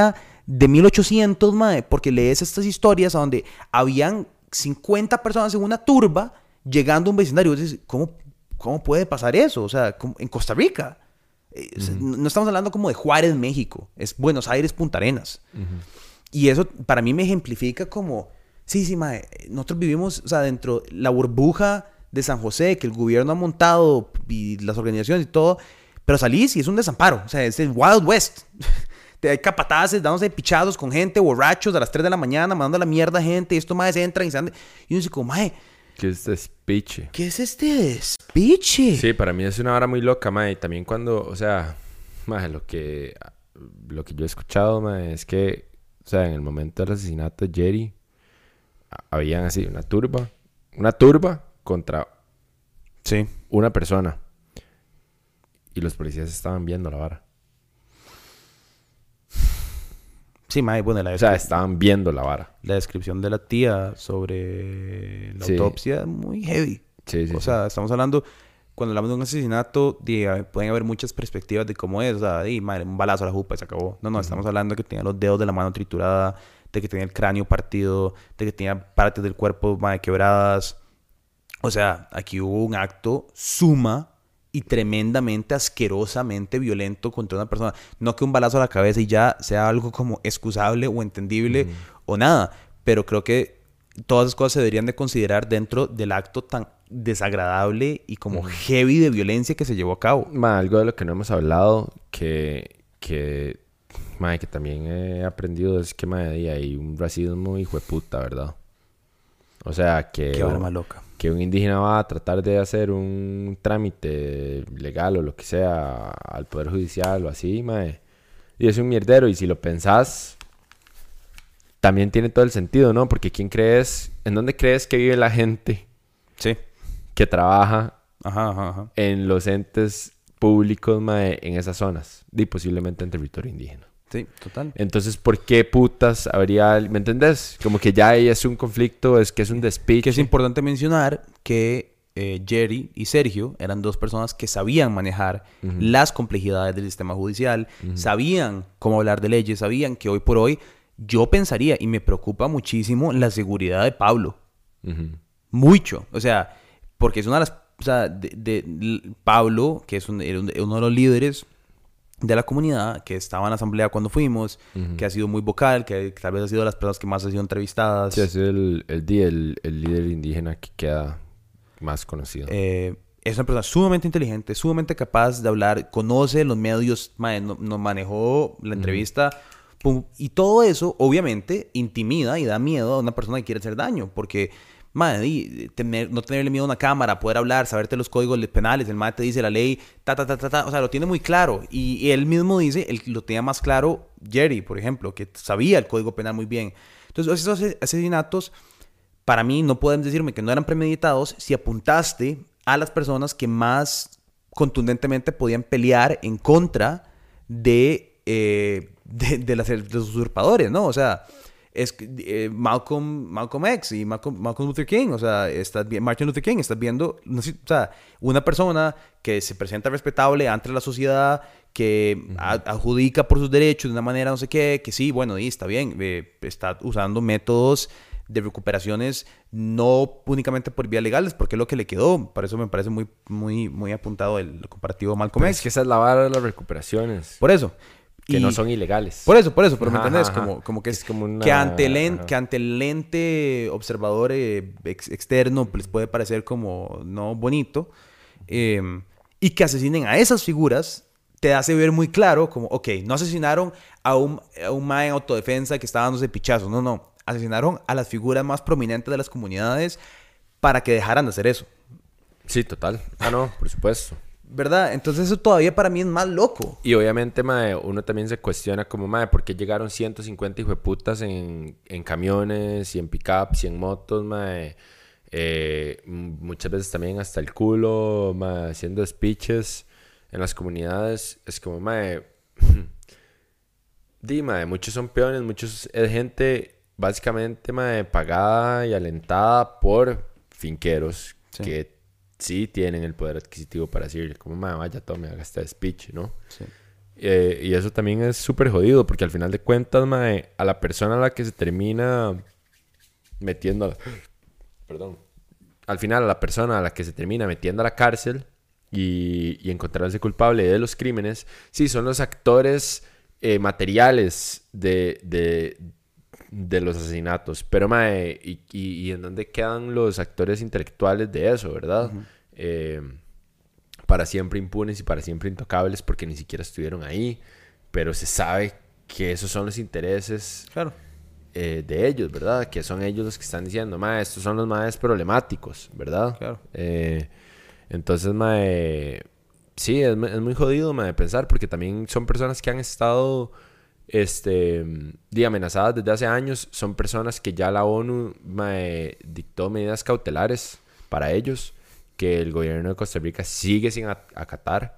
de mil ochocientos, mae, porque lees estas historias a donde habían cincuenta personas en una turba llegando a un vecindario. Y dices, ¿cómo, ¿cómo puede pasar eso? O sea, en Costa Rica. Uh-huh. O sea, no estamos hablando como de Juárez, México. Es Buenos Aires, Punta Arenas. Uh-huh. Y eso para mí me ejemplifica como, sí, sí, mae, nosotros vivimos, o sea, dentro de la burbuja de San José, que el gobierno ha montado y las organizaciones y todo, pero salís y es un desamparo. O sea, es el Wild West. Hay capataces dándose pichados con gente, borrachos a las tres de la mañana, mandando la mierda a gente, y estos maes entran y se andan. Y uno dice como, mae, ¿qué es este despiche? ¿Qué es este despiche? Sí, para mí es una hora muy loca, mae. Y también cuando, o sea, mae, lo que, lo que yo he escuchado, mae, es que, o sea, en el momento del asesinato de Jerry, habían así una turba, una turba contra sí. una persona. Y los policías estaban viendo la vara. Sí, mae, bueno, la o sea, estaban viendo la vara. La descripción de la tía sobre la sí. autopsia es muy heavy. Sí, sí, o sí. sea, estamos hablando, cuando hablamos de un asesinato, de, pueden haber muchas perspectivas de cómo es. O sea, de, madre, un balazo a la jupa y se acabó. No, no, uh-huh. Estamos hablando de que tenía los dedos de la mano triturada, de que tenía el cráneo partido, de que tenía partes del cuerpo, madre, quebradas. O sea, aquí hubo un acto suma y tremendamente asquerosamente violento contra una persona. No que un balazo a la cabeza y ya sea algo como excusable o entendible uh-huh. o nada. Pero creo que todas esas cosas se deberían de considerar dentro del acto tan desagradable y como uh-huh. heavy de violencia que se llevó a cabo. Ma, algo de lo que no hemos hablado que, que, ma, que también he aprendido es que ma, hay un racismo hijo de puta, ¿verdad? O sea, que... Qué arma loca. Que un indígena va a tratar de hacer un trámite legal o lo que sea al Poder Judicial o así, mae. Y es un mierdero. Y si lo pensás, también tiene todo el sentido, ¿no? Porque ¿quién crees? ¿En dónde crees que vive la gente? Sí. Que trabaja ajá, ajá, ajá. en los entes públicos, mae, en esas zonas. Y posiblemente en territorio indígena. Sí, total. Entonces, ¿por qué putas habría... ¿Me entendés? Como que ya ahí es un conflicto, es que es un despiche. Que es importante mencionar que eh, Jerry y Sergio eran dos personas que sabían manejar uh-huh. las complejidades del sistema judicial, uh-huh. sabían cómo hablar de leyes, sabían que hoy por hoy yo pensaría, y me preocupa muchísimo, la seguridad de Pablo. Uh-huh. Mucho. O sea, porque es una de las... O sea, de, de, de Pablo, que es un, uno de los líderes de la comunidad, que estaba en la asamblea cuando fuimos, uh-huh. que ha sido muy vocal, que tal vez ha sido de las personas que más ha sido entrevistadas. Sí, ha sido el, el, el, el líder indígena que queda más conocido. Eh, es una persona sumamente inteligente, sumamente capaz de hablar, conoce los medios, man, nos no manejó la entrevista, uh-huh. pum, y todo eso obviamente intimida y da miedo a una persona que quiere hacer daño, porque... Madre, tener, no tenerle miedo a una cámara, poder hablar, saberte los códigos penales, el madre te dice la ley, ta, ta, ta, ta, ta, o sea, lo tiene muy claro. Y, y él mismo dice, él lo tenía más claro Jerry, por ejemplo, que sabía el código penal muy bien. Entonces, esos asesinatos, para mí, no pueden decirme que no eran premeditados si apuntaste a las personas que más contundentemente podían pelear en contra de, eh, de, de, las, de los usurpadores, ¿no? O sea... es eh, Malcolm, Malcolm X y Malcolm, Malcolm Luther King, o sea, estás bien, Martin Luther King, estás viendo, no sé, o sea, una persona que se presenta respetable ante la sociedad, que uh-huh. a, adjudica por sus derechos de una manera no sé qué, que sí, bueno, y está bien, eh, está usando métodos de recuperaciones no únicamente por vías legales, porque es lo que le quedó. Por eso me parece muy, muy, muy apuntado el comparativo Malcolm Pero X. Es que esa es la vara de las recuperaciones. Por eso. Que y no son ilegales. Por eso, por eso, pero ajá, ¿me entendés? Ajá. Como, como que, es como una... que, ante el en, que ante el lente observador eh, ex, externo les puede parecer como no bonito. Eh, y que asesinen a esas figuras te hace ver muy claro como, ok, no asesinaron a un, a un mae en autodefensa que estaba dándose pichazos. No, no. Asesinaron a las figuras más prominentes de las comunidades para que dejaran de hacer eso. Sí, total. Ah, no, por supuesto. ¿Verdad? Entonces eso todavía para mí es más loco. Y obviamente, mae, uno también se cuestiona como, mae, ¿por qué llegaron ciento cincuenta hijueputas en, en camiones y en pickups y en motos, mae? Eh, muchas veces también hasta el culo, mae, haciendo speeches en las comunidades. Es como, mae... Di, mae, muchos son peones, muchos es gente básicamente, mae, pagada y alentada por finqueros sí. que... sí tienen el poder adquisitivo para decirle como, mae, vaya, tome, haga este speech, ¿no? Sí. Eh, y eso también es súper jodido, porque al final de cuentas, mae, a la persona a la que se termina metiendo... A la... Perdón. Al final, a la persona a la que se termina metiendo a la cárcel y, y encontrarse culpable de los crímenes, sí, son los actores eh, materiales de, de, de los asesinatos. Pero, mae, y, y, y en dónde quedan los actores intelectuales de eso, ¿verdad? Uh-huh. Eh, para siempre impunes y para siempre intocables porque ni siquiera estuvieron ahí. Pero se sabe que esos son los intereses... Claro. Eh, de ellos, ¿verdad? Que son ellos los que están diciendo, mae, estos son los maes problemáticos, ¿verdad? Claro. Eh, entonces, mae, sí, es, es muy jodido, mae, pensar, porque también son personas que han estado, este, de amenazadas desde hace años, son personas que ya la ONU, mae, dictó medidas cautelares para ellos, que el gobierno de Costa Rica sigue sin acatar,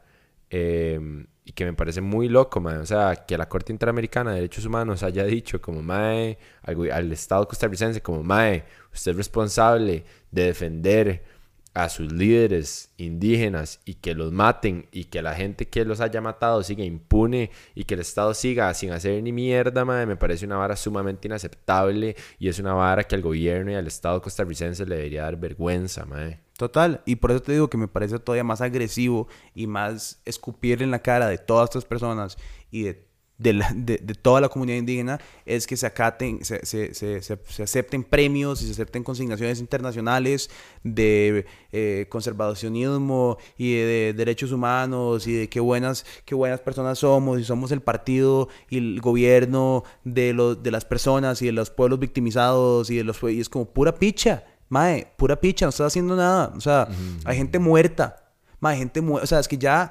eh, y que me parece muy loco, mae. O sea, que la Corte Interamericana de Derechos Humanos haya dicho como mae, al, al Estado costarricense como mae, usted es responsable de defender a sus líderes indígenas y que los maten y que la gente que los haya matado siga impune y que el Estado siga sin hacer ni mierda, mae, me parece una vara sumamente inaceptable y es una vara que al gobierno y al Estado costarricense le debería dar vergüenza, mae. Total, y por eso te digo que me parece todavía más agresivo y más escupir en la cara de todas estas personas y de, de, la, de, de toda la comunidad indígena es que se acaten, se, se, se, se, se acepten premios y se acepten consignaciones internacionales de eh, conservacionismo y de, de derechos humanos y de qué buenas, qué buenas personas somos y somos el partido y el gobierno de, los, de las personas y de los pueblos victimizados y, de los, y es como pura picha. Mae, pura picha, no estás haciendo nada. O sea, uh-huh. hay gente muerta. Mae, hay gente muerta. O sea, es que ya...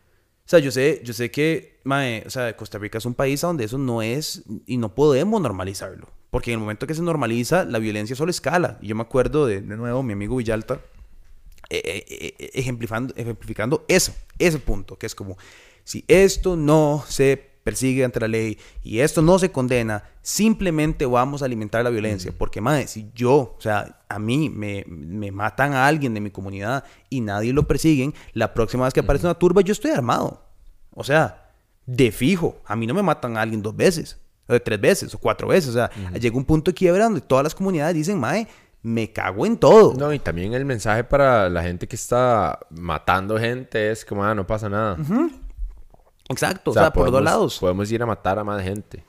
O sea, yo sé, yo sé que, mae, o sea, Costa Rica es un país donde eso no es... Y no podemos normalizarlo. Porque en el momento que se normaliza, la violencia solo escala. Y yo me acuerdo de, de nuevo, mi amigo Villalta, eh, eh, ejemplificando, ejemplificando eso, ese punto. Que es como, si esto no se persigue ante la ley y esto no se condena, simplemente vamos a alimentar la violencia. Porque, madre, si yo, o sea, a mí me, me matan a alguien de mi comunidad y nadie lo persiguen, la próxima vez que aparece una turba yo estoy armado. O sea, de fijo, a mí no me matan a alguien dos veces, o tres veces, o cuatro veces. O sea, uh-huh. llega un punto de quiebra donde todas las comunidades dicen, madre, me cago en todo. No, y también el mensaje para la gente que está matando gente es como, ah, no pasa nada. Uh-huh. Exacto, o sea, o sea por podemos, dos lados. Podemos ir a matar a más gente.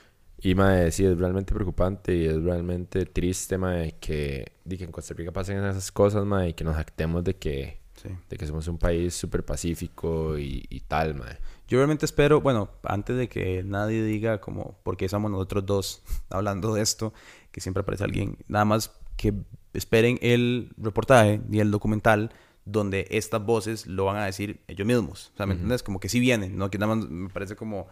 Y, mae, sí, es realmente preocupante y es realmente triste, mae, que, de que en Costa Rica pasen esas cosas, mae, y que nos jactemos de que, sí. de que somos un país súper pacífico y, y tal, mae. Yo realmente espero, bueno, antes de que nadie diga como, ¿por qué somos nosotros dos hablando de esto? Que siempre aparece alguien, nada más que esperen el reportaje y el documental donde estas voces lo van a decir ellos mismos. O sea, ¿me uh-huh. entiendes? Como que sí vienen, ¿no? Que nada más me parece como...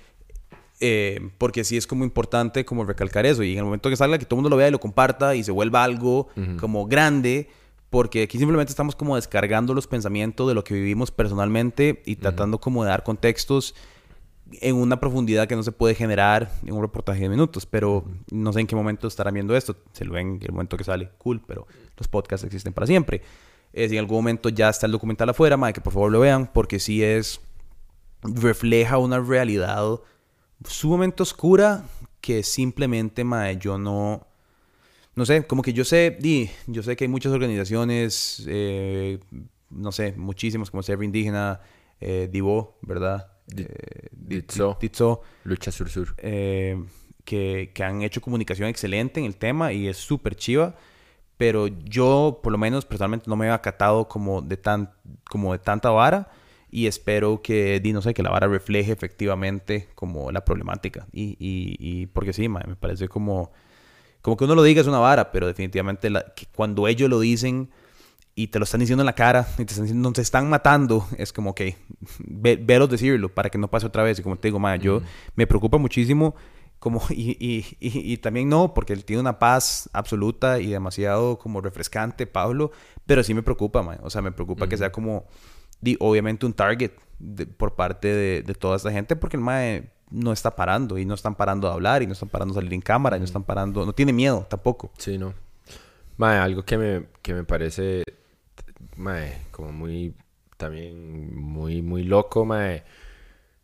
Eh, porque sí es como importante como recalcar eso. Y en el momento que salga, que todo el mundo lo vea y lo comparta y se vuelva algo uh-huh. como grande. Porque aquí simplemente estamos como descargando los pensamientos de lo que vivimos personalmente y tratando uh-huh. como de dar contextos en una profundidad que no se puede generar en un reportaje de minutos. Pero uh-huh. no sé en qué momento estarán viendo esto. Se lo ven en el momento que sale. Cool, pero los podcasts existen para siempre. Eh, si en algún momento ya está el documental afuera, madre, que por favor lo vean, porque sí es... refleja una realidad sumamente oscura que simplemente, madre, yo no... No sé, como que yo sé... Di, yo sé que hay muchas organizaciones, eh, no sé, muchísimas, como Serra Indígena, eh, Divo, ¿verdad? Eh, Ditso. Ditso. Lucha Sur Sur. Eh, que, que han hecho comunicación excelente en el tema y es súper chiva. Pero yo, por lo menos, personalmente no me he acatado como de, tan, como de tanta vara y espero que, di, no sé, que la vara refleje efectivamente como la problemática. Y, y, y porque sí, man, me parece como, como que uno lo diga es una vara, pero definitivamente la, que cuando ellos lo dicen y te lo están diciendo en la cara y te están diciendo, no te están matando, es como que ve, velos decirlo para que no pase otra vez. Y como te digo, man, mm. yo me preocupa muchísimo. Como, y, y, y, y también no, porque él tiene una paz absoluta y demasiado como refrescante, Pablo, pero sí me preocupa, man. O sea, me preocupa uh-huh. que sea como, di, obviamente un target de, por parte de, de toda esta gente, porque el mae no está parando y no están parando de hablar y no están parando de salir en cámara uh-huh. y no están parando, no tiene miedo tampoco. Sí, no. Mae, algo que me, que me parece, mae, como muy, también muy, muy loco, mae.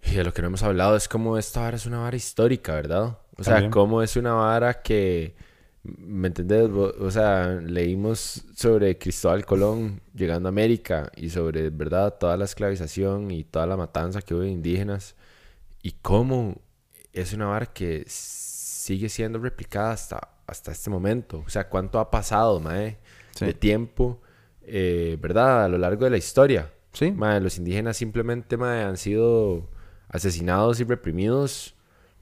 Y de lo que no hemos hablado es cómo esta vara es una vara histórica, ¿verdad? O sea, También. cómo es una vara que, ¿me entendés? Vo- O sea, leímos sobre Cristóbal Colón llegando a América y sobre, ¿verdad? Toda la esclavización y toda la matanza que hubo de indígenas y cómo es una vara que sigue siendo replicada hasta, hasta este momento. O sea, cuánto ha pasado, mae, Sí. de tiempo, eh, ¿verdad? A lo largo de la historia. Sí. Mae, los indígenas simplemente, mae, han sido asesinados y reprimidos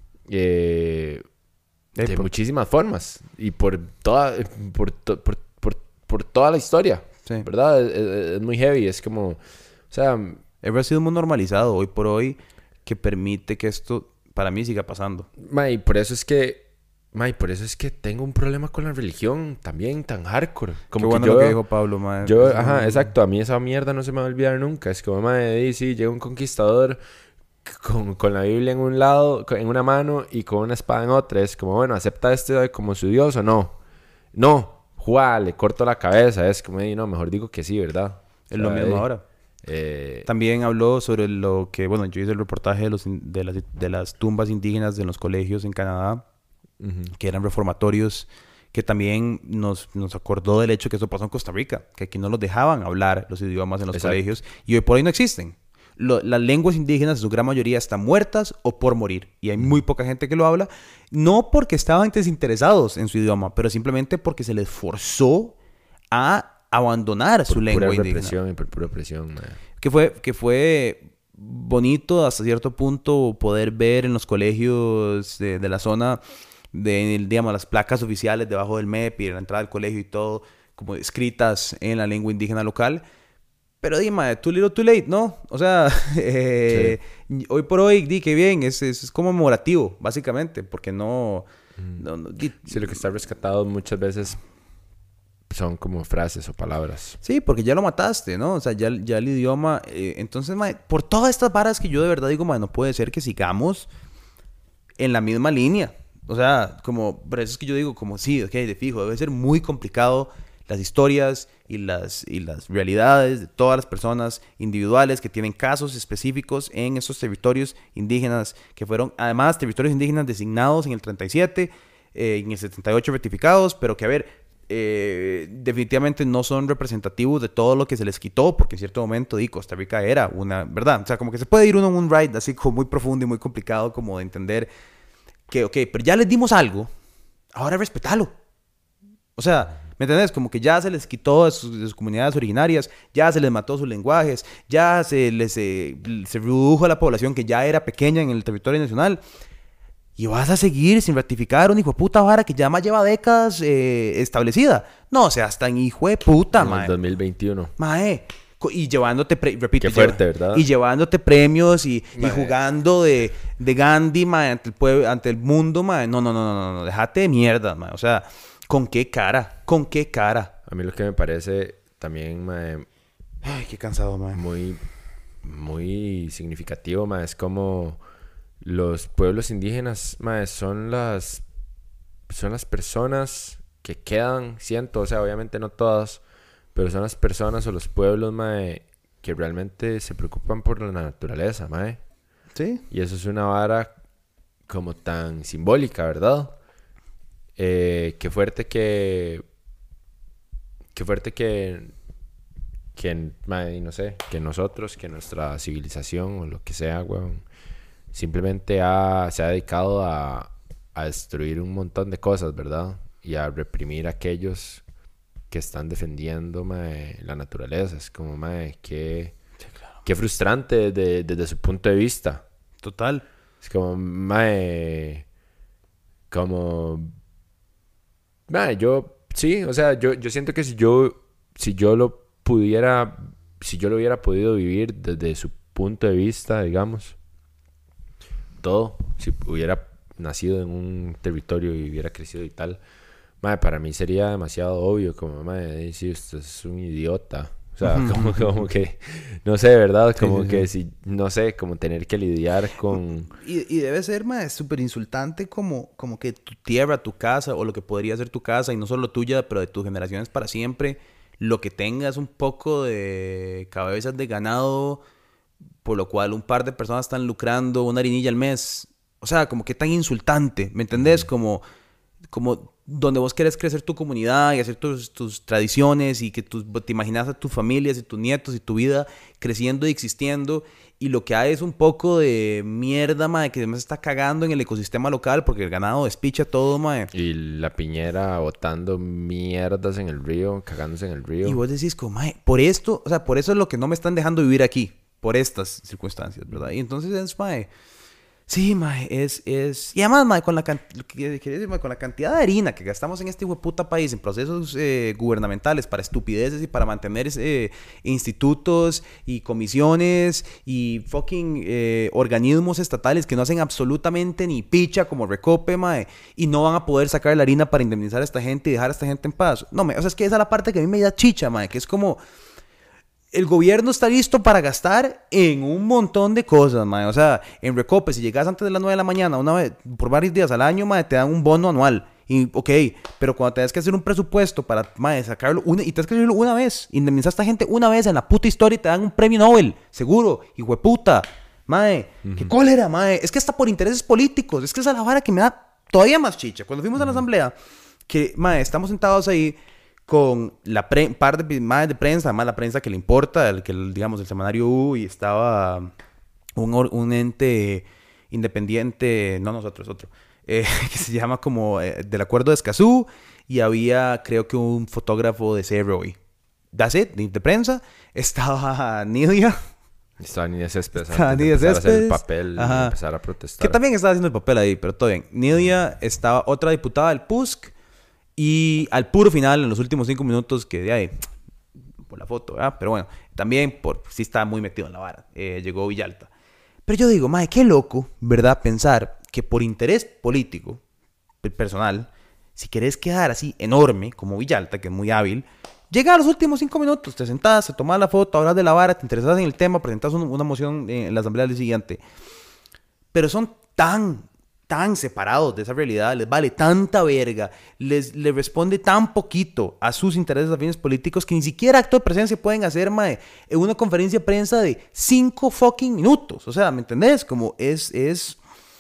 eh, Eh, de por- muchísimas formas y por toda, por, to- por, por, por toda la historia, sí. ¿verdad? Es, es- es muy heavy, es como, o sea, Ever ha sido muy normalizado hoy por hoy que permite que esto para mí siga pasando. ma, y por eso es que, ma, y por eso es que tengo un problema con la religión también tan hardcore, como Qué bueno que yo, lo que dijo Pablo, mae. yo, Eso ajá, no- exacto, a mí esa mierda no se me va a olvidar nunca, es como, ma, di, sí, llega un conquistador con, con la Biblia en un lado, con- en una mano y con una espada en otra. Es como, bueno, ¿acepta este como su Dios o no? No, Juá, le corto la cabeza. Es como, "Ey, no, mejor digo que sí, ¿verdad?" O Es lo sea, mismo eh, ahora. eh, También habló sobre lo que, bueno, yo hice el reportaje de, los, in- de, las, de las tumbas indígenas de los colegios en Canadá, ujú, que eran reformatorios, que también nos, nos acordó del hecho que eso pasó en Costa Rica, que aquí no los dejaban hablar los idiomas en los exacto. colegios, y hoy por hoy no existen. Lo- las lenguas indígenas, en su gran mayoría, están muertas o por morir, y hay muy poca gente que lo habla, no porque estaban desinteresados en su idioma, pero simplemente porque se les forzó a abandonar su Por pura lengua indígena. represión y por pura presión, ma. Que fue, que fue bonito hasta cierto punto poder ver en los colegios de, de la zona, de, digamos, las placas oficiales debajo del M E P y la entrada del colegio y todo, como escritas en la lengua indígena local. Pero dime, too little too late, ¿no? O sea, eh, hoy por hoy, di que bien, es, es, es conmemorativo, básicamente, porque no... no, no di- Sí, lo que está rescatado muchas veces son como frases o palabras. Sí, porque ya lo mataste, ¿no? O sea, ya, ya el idioma... eh, entonces, mae, por todas estas varas que yo de verdad digo, mae, no puede ser que sigamos en la misma línea. O sea, como... Por eso es que yo digo, como sí, ok, de fijo, debe ser muy complicado las historias y las, y las realidades de todas las personas individuales que tienen casos específicos en esos territorios indígenas que fueron, además, territorios indígenas designados en el treinta y siete, eh, en el setenta y ocho ratificados, pero que, a ver, eh, definitivamente no son representativos de todo lo que se les quitó, porque en cierto momento, di, Costa Rica era una, ¿verdad? O sea, como que se puede ir uno en un ride así como muy profundo y muy complicado como de entender que, ok, pero ya les dimos algo, ahora respetalo. O sea, ¿me entendés? Como que ya se les quitó de sus, de sus comunidades originarias, ya se les mató sus lenguajes, ya se les eh, se redujo a la población que ya era pequeña en el territorio nacional. Y vas a seguir sin ratificar una hijo de puta vara que ya más lleva décadas eh, establecida. No, o sea, hasta en hijo de puta, En el mae. dos mil veintiuno. Mae. Co- Y llevándote, pre- repito, Qué fuerte, lleva- ¿verdad? y llevándote premios y, y Mae. jugando de, de Gandhi, mae, ante el pueblo, ante el mundo, mae. No, no, no, no, no, no, déjate de mierda, mae. O sea, ¿con qué cara? ¿Con qué cara? A mí lo que me parece también, mae, Ay, qué cansado, mae. muy, muy significativo, mae, es como los pueblos indígenas, mae, son las, son las personas que quedan, siento, o sea, obviamente no todas, pero son las personas o los pueblos, mae, que realmente se preocupan por la naturaleza, mae. ¿Sí? Y eso es una vara como tan simbólica, ¿verdad? Eh, qué fuerte que... Qué fuerte que... Que, mae, no sé, que nosotros, que nuestra civilización o lo que sea, weón, simplemente ha, se ha dedicado a, a destruir un montón de cosas, ¿verdad? Y a reprimir a aquellos que están defendiendo, mae, la naturaleza. Es como, mae, qué, Sí, claro. qué frustrante desde, desde su punto de vista. Total. Es como, mae, como, mae, yo, sí, o sea, yo, yo siento que si yo, si yo lo pudiera, si yo lo hubiera podido vivir desde su punto de vista, digamos, todo, si hubiera nacido en un territorio y hubiera crecido y tal, mae, para mí sería demasiado obvio, como, mae, si usted es un idiota. O sea, como, como que, no sé, ¿verdad? Como Sí, sí, que sí. si, no sé, como tener que lidiar con... Y, y debe ser, mae, súper insultante como, como que tu tierra, tu casa, o lo que podría ser tu casa, y no solo tuya, pero de tus generaciones para siempre, lo que tengas un poco de cabezas de ganado por lo cual un par de personas están lucrando una harinilla al mes. O sea, como que tan insultante, ¿me entendés? Como, como donde vos querés crecer tu comunidad y hacer tus, tus tradiciones y que tus, te imaginas a tus familias y tus nietos y tu vida creciendo y existiendo, y lo que hay es un poco de mierda, mae, que además está cagando en el ecosistema local porque el ganado despicha todo, mae. Y la piñera botando mierdas en el río, cagándose en el río. Y vos decís como, mae, por esto, o sea, por eso es lo que no me están dejando vivir aquí, por estas circunstancias, ¿verdad? Y entonces es, mae... Sí, mae, es, es... Y además, mae, con la, can... decir, mae, con la cantidad de harina que gastamos en este hueputa país, en procesos eh, gubernamentales para estupideces y para mantener eh, institutos y comisiones y fucking eh, organismos estatales que no hacen absolutamente ni picha como Recope, mae, y no van a poder sacar la harina para indemnizar a esta gente y dejar a esta gente en paz. No, mae, o sea, es que esa es la parte que a mí me da chicha, mae, que es como... El gobierno está listo para gastar en un montón de cosas, mae. O sea, en Recope, si llegas antes de las nueve de la mañana, una vez, por varios días al año, mae, te dan un bono anual. Y, ok, pero cuando tenés que hacer un presupuesto para, mae, sacarlo, una, y tienes que hacerlo una vez, indemnizar a esta gente una vez en la puta historia y te dan un premio Nobel, seguro, hijueputa, mae. Uh-huh. Qué cólera, mae. Es que hasta por intereses políticos, es que esa es la vara que me da todavía más chicha. Cuando fuimos uh-huh. a la asamblea, que, mae, estamos sentados ahí con la pre par de más de prensa, además la prensa que le importa, el que digamos el semanario U, y estaba un, un ente independiente, no nosotros, otro, eh, que se llama como eh, del Acuerdo de Escazú, y había creo que un fotógrafo de C R O I. That's it, de, de prensa. Estaba Nidia. Estaba Nidia Céspedes. Estaba Nidia Céspedes. Hacer el papel y empezar a protestar. Que también estaba haciendo el papel ahí, pero todo bien. Nidia, estaba otra diputada del P U S C. Y al puro final, en los últimos cinco minutos, que de ahí, por la foto, ¿verdad? Pero bueno, también por sí estaba muy metido en la vara, eh, llegó Villalta. Pero yo digo, mae, qué loco, ¿verdad? Pensar que por interés político, personal, si querés quedar así enorme, como Villalta, que es muy hábil, llega a los últimos cinco minutos, te sentás, te tomás la foto, hablas de la vara, te interesas en el tema, presentás un, una moción en la asamblea del día siguiente. Pero son tan... tan separados de esa realidad, les vale tanta verga, les, les responde tan poquito a sus intereses afines políticos que ni siquiera acto de presencia pueden hacer, mae, en una conferencia de prensa de cinco fucking minutos. O sea, ¿me entendés? Como es, es,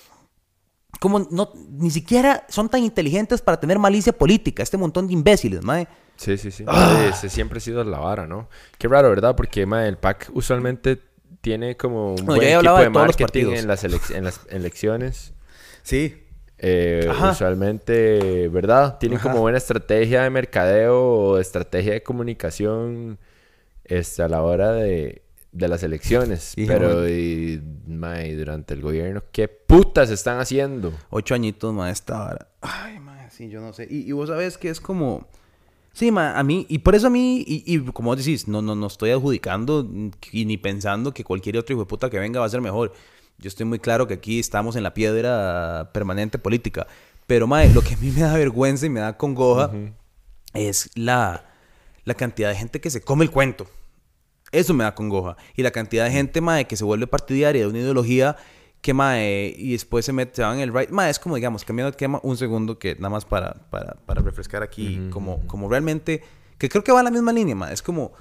como no, ni siquiera son tan inteligentes para tener malicia política, este montón de imbéciles, mae. Sí, sí, sí. Ah. Ese siempre ha sido la vara, ¿no? Qué raro, ¿verdad? Porque, mae, el P A C usualmente tiene como un no, buen equipo de, de marketing en las, elec en las elecciones. Sí. Eh, usualmente, ¿verdad? Tienen Ajá. como buena estrategia de mercadeo o estrategia de comunicación este, a la hora de, de las elecciones. Sí, pero y, mae, durante el gobierno, ¿qué putas están haciendo? Ocho añitos, mae, esta hora. Ay, mae, sí, yo no sé. Y, y vos sabés que es como... Sí, mae, a mí... Y por eso a mí... Y, y como vos decís, no, no, no estoy adjudicando y ni pensando que cualquier otro hijo de puta que venga va a ser mejor. Yo estoy muy claro que aquí estamos en la piedra permanente política. Pero, mae, lo que a mí me da vergüenza y me da congoja uh-huh. es la, la cantidad de gente que se come el cuento. Eso me da congoja. Y la cantidad de gente, mae, que se vuelve partidaria de una ideología que, mae, y después se mete, se van en el right. Mae, es como, digamos, cambiando de tema un segundo, que nada más para, para, para refrescar aquí, uh-huh. como, como realmente, que creo que va en la misma línea, mae. Es como...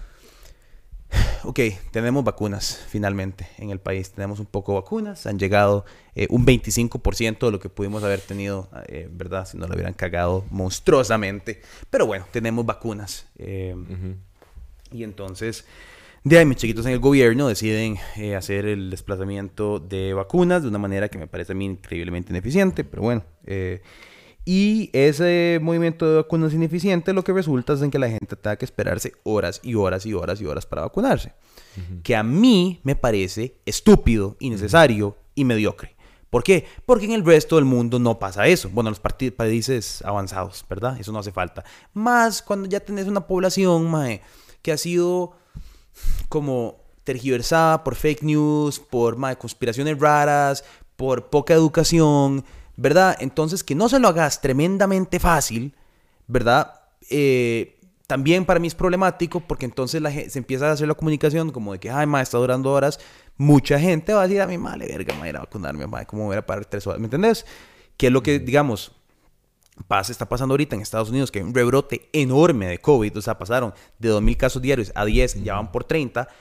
Ok, tenemos vacunas finalmente en el país. Tenemos un poco de vacunas. Han llegado eh, un veinticinco por ciento de lo que pudimos haber tenido, eh, ¿verdad? Si no lo hubieran cagado monstruosamente. Pero bueno, tenemos vacunas. Eh, uh-huh. Y entonces, de ahí mis chiquitos en el gobierno deciden eh, hacer el desplazamiento de vacunas de una manera que me parece a mí increíblemente ineficiente. Pero bueno, eh, y ese movimiento de vacunas ineficiente lo que resulta es en que la gente tenga que esperarse horas y horas y horas y horas para vacunarse. Uh-huh. Que a mí me parece estúpido, innecesario uh-huh. y mediocre. ¿Por qué? Porque en el resto del mundo no pasa eso. Bueno, en los países avanzados, ¿verdad? Eso no hace falta. Más cuando ya tenés una población, mae, que ha sido como tergiversada por fake news, por mae, conspiraciones raras, por poca educación... ¿verdad? Entonces, que no se lo hagas tremendamente fácil, ¿verdad? Eh, también para mí es problemático porque entonces la gente, se empieza a hacer la comunicación como de que, ay, ma, está durando horas. Mucha gente va a decir, a mí, madre, verga, ma, ir a vacunarme, ma, ¿cómo voy a parar tres horas? ¿Me entendés? Que es lo que, digamos, pasa, está pasando ahorita en Estados Unidos, que hay un rebrote enorme de COVID. O sea, pasaron de dos mil casos diarios a diez, ya van por treinta.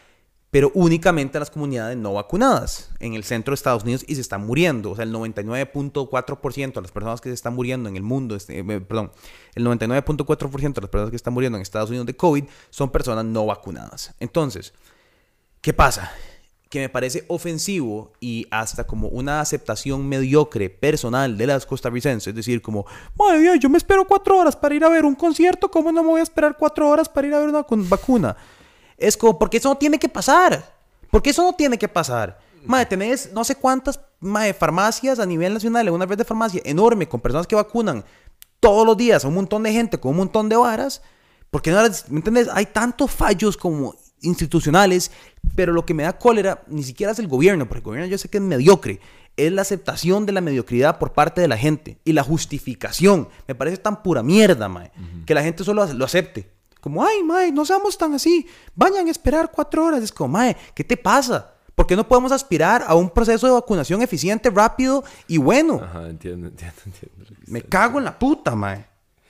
pero únicamente a las comunidades no vacunadas en el centro de Estados Unidos y se están muriendo. O sea, el noventa y nueve punto cuatro por ciento de las personas que se están muriendo en el mundo, este, eh, perdón, el noventa y nueve punto cuatro por ciento de las personas que están muriendo en Estados Unidos de COVID son personas no vacunadas. Entonces, ¿qué pasa? Que me parece ofensivo y hasta como una aceptación mediocre personal de las costarricenses. Es decir, como, madre mía, yo me espero cuatro horas para ir a ver un concierto, ¿cómo no me voy a esperar cuatro horas para ir a ver una vacuna? Es como, porque eso no tiene que pasar. Porque eso no tiene que pasar. Madre, tenés no sé cuántas madre, farmacias a nivel nacional, una red de farmacia enorme con personas que vacunan todos los días a un montón de gente con un montón de varas. Porque, no, ¿me entiendes? Hay tantos fallos como institucionales, pero lo que me da cólera ni siquiera es el gobierno, porque el gobierno yo sé que es mediocre. Es la aceptación de la mediocridad por parte de la gente y la justificación. Me parece tan pura mierda, madre, uh-huh. que la gente solo lo acepte. Como, ay, mae, no seamos tan así. Vayan a esperar cuatro horas. Es como, mae, ¿qué te pasa? ¿Por qué no podemos aspirar a un proceso de vacunación eficiente, rápido y bueno? Ajá, entiendo, entiendo, entiendo. Me cago en la puta, mae.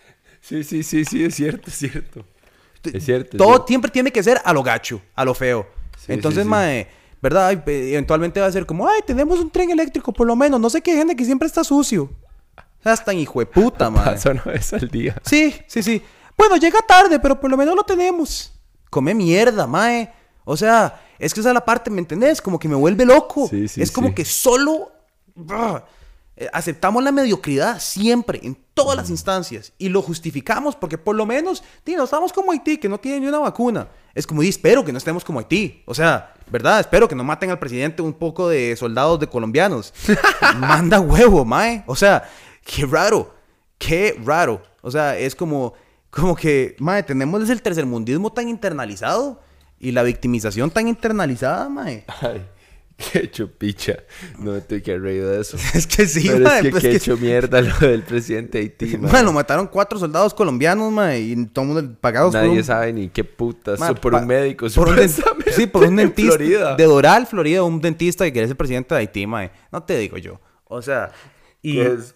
Sí, sí, sí, sí, es cierto, es cierto. Es cierto. Todo es cierto. siempre tiene que ser a lo gacho, a lo feo. Sí, Entonces, sí, sí. mae, ¿verdad? Eventualmente va a ser como, ay, tenemos un tren eléctrico, por lo menos. No sé qué gente que siempre está sucio. O sea, es tan hijo de puta, mae. Pasa una vez al día. Sí, sí, sí. Bueno, llega tarde, pero por lo menos lo tenemos. Come mierda, mae. O sea, es que esa es la parte, ¿me entendés? Como que me vuelve loco. Sí, sí, es como sí. que solo uh, aceptamos la mediocridad siempre, en todas mm. las instancias. Y lo justificamos porque por lo menos, tío, no estamos como Haití, que no tiene ni una vacuna. Es como, espero que no estemos como Haití. O sea, ¿verdad? Espero que no maten al presidente un poco de soldados de colombianos. Manda huevo, mae. O sea, qué raro. Qué raro. O sea, es como... Como que, mae, tenemos el tercermundismo tan internalizado y la victimización tan internalizada, mae. Ay, qué chupicha. No me tuve que reír de eso. Es que sí, Pero mae. es que Pues qué que... hecho mierda lo del presidente de Haití, mae. Bueno, mataron cuatro soldados colombianos, mae, y todo el mundo pagados Nadie por un... sabe ni qué putas. Mae, por pa... un médico, por un dent... Sí, por un dentista. Florida. De Doral, Florida, un dentista que quiere ser presidente de Haití, mae. No te digo yo. O sea, y... ¿Qué es?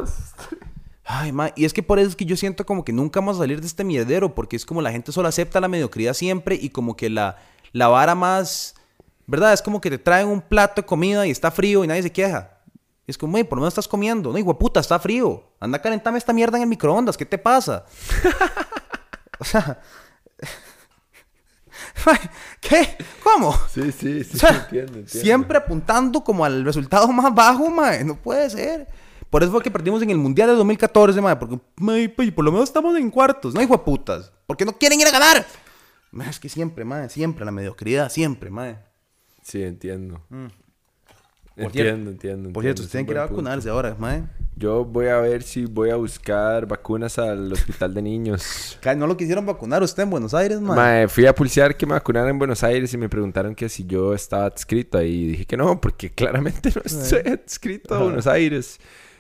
Ay, ma, y es que por eso es que yo siento como que nunca vamos a salir de este mierdero, porque es como la gente solo acepta la mediocridad siempre y como que la, la vara más, ¿verdad? Es como que te traen un plato de comida y está frío y nadie se queja. Y es como, güey, por lo menos estás comiendo. No, hijo de puta, está frío. Anda a calentarme esta mierda en el microondas, ¿qué te pasa? O sea... ¿Qué? ¿Cómo? Sí, sí, sí, o sea, entiendo, entiendo. Siempre apuntando como al resultado más bajo, mae. No puede ser. Por eso fue que perdimos en el Mundial de dos mil catorce, mae. Porque, mae, por lo menos estamos en cuartos. No, hijo de putas. Porque no quieren ir a ganar. Mae, es que siempre, mae. Siempre la mediocridad. Siempre, mae. Sí, entiendo. Mm. Por entiendo, cierto, entiendo, entiendo. Por cierto, ustedes tienen que ir a vacunarse punto. ahora, mae. Yo voy a ver si voy a buscar vacunas al hospital de niños. ¿No lo quisieron vacunar usted en Buenos Aires, mae? Mae, fui a pulsear que me vacunaran en Buenos Aires y me preguntaron que si yo estaba adscrito ahí. Y dije que no, porque claramente no estoy adscrito a Buenos Aires.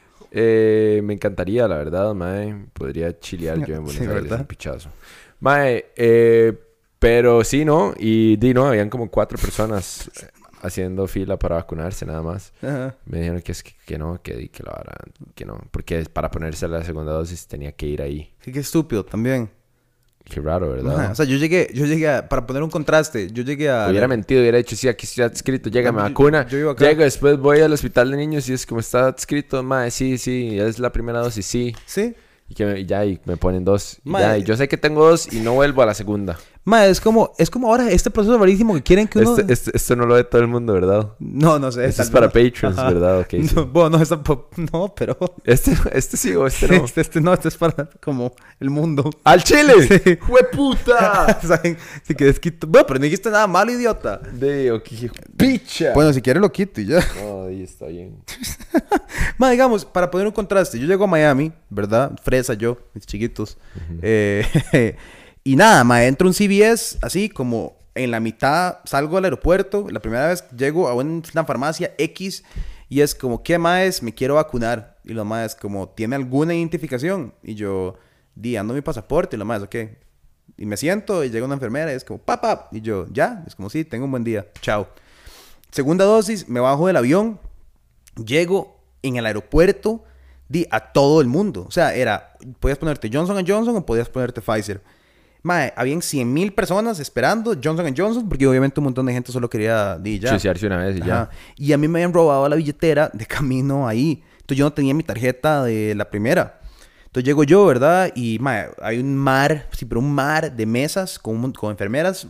Eh, me encantaría, la verdad, mae. Podría chilear yo en Buenos sí, Aires, un pichazo. Mae, eh, pero sí, ¿no? Y di, no, habían como cuatro personas haciendo fila para vacunarse nada más. Ajá. Me dijeron que, es que, que no, que, que lo harán, que no. Porque para ponerse la segunda dosis tenía que ir ahí. Sí, qué estúpido también. Qué raro, ¿verdad? Ajá. O sea, yo llegué, yo llegué a, para poner un contraste, yo llegué a... Hubiera mentido, hubiera dicho, sí, aquí estoy adscrito, llega, me vacuna. Yo, yo llego, después voy al hospital de niños y es como, ¿está adscrito? Mae, sí, sí, es la primera dosis, sí. ¿Sí? Y, que me, y ya, y me ponen dos. Y, ya, y yo sé que tengo dos y no vuelvo a la segunda. Mae, es como, es como ahora este proceso rarísimo que quieren que uno... Este, este, esto no lo ve todo el mundo, ¿verdad? No, no sé. Esto es para Patreons, Ajá. ¿verdad? Okay, no, sí. Bueno, no, esta, no, pero... Este, este sí o este no. Este, este no, este es para como el mundo. ¡Al chile! Sí. ¡Jueputa! ¿Saben? Si quieres quito... Bueno, pero no dijiste nada malo, idiota. De, ok, picha. Bueno, si quieres lo quito y ya. No, ahí está bien. Más, digamos, para poner un contraste, yo llego a Miami, ¿verdad? Fresa yo, mis chiquitos. Uh-huh. Eh... Y nada, ma, entro a un C V S, así como en la mitad salgo al aeropuerto. La primera vez llego a una farmacia X y es como, ¿qué más? Me quiero vacunar. Y lo más es como, ¿tiene alguna identificación? Y yo, di, ando mi pasaporte. Y lo más, ok. Y me siento y llega una enfermera y es como, papá. Y yo, ya. Es como, sí, tengo un buen día. Chao. Segunda dosis, me bajo del avión. Llego en el aeropuerto, di, a todo el mundo. O sea, era, podías ponerte Johnson and Johnson o podías ponerte Pfizer. Mae, habían cien mil personas esperando Johnson and Johnson, porque obviamente un montón de gente solo quería di ya. Chusearse una vez y ya. Ajá. Y a mí me habían robado la billetera de camino ahí. Entonces yo no tenía mi tarjeta de la primera. Entonces llego yo, ¿verdad? Y mae, hay un mar, sí, pero un mar de mesas con, con enfermeras.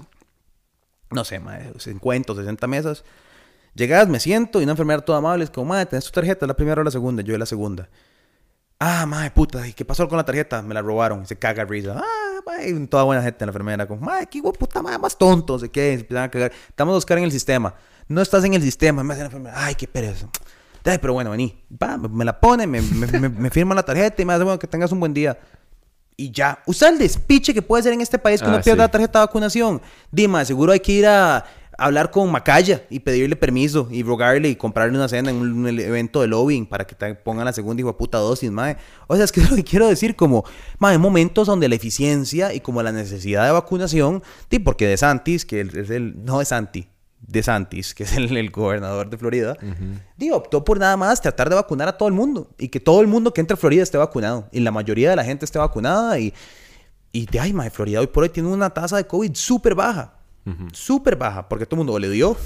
No sé, mae, cincuenta o sesenta mesas. Llegas, me siento y una enfermera toda amable es como, mae, ¿tenés tu tarjeta? ¿La primera o la segunda? Yo de la segunda. Ah, mae, puta, ¿y qué pasó con la tarjeta? Me la robaron. Y se caga risa. Ah, mae, toda buena gente la enfermera. Como, mae, qué puta, mae, más tonto, no sé qué. Se empiezan a cagar. Estamos a buscar en el sistema. No estás en el sistema. Me hace la enfermera. Ay, qué pereza. Ay, pero bueno, vení. Va, me la pone, me, me, me, me firma la tarjeta y me hace, bueno, que tengas un buen día. Y ya. Usa el despiche que puede ser en este país que Ah, uno pierda sí. la tarjeta de vacunación. Dima, seguro hay que ir a hablar con Macaya y pedirle permiso y rogarle y comprarle una cena en un, un evento de lobbying para que te pongan la segunda hijo de puta dosis, mae. O sea, es que es lo que quiero decir, como, mae, hay momentos donde la eficiencia y como la necesidad de vacunación, sí, porque DeSantis, que es el, no DeSantis, DeSantis, que es el, el gobernador de Florida, Uh-huh. digo, optó por nada más tratar de vacunar a todo el mundo y que todo el mundo que entre a Florida esté vacunado y la mayoría de la gente esté vacunada y, y de ay, mae, Florida hoy por hoy tiene una tasa de COVID súper baja, Uh-huh. súper baja, porque todo el mundo o le dio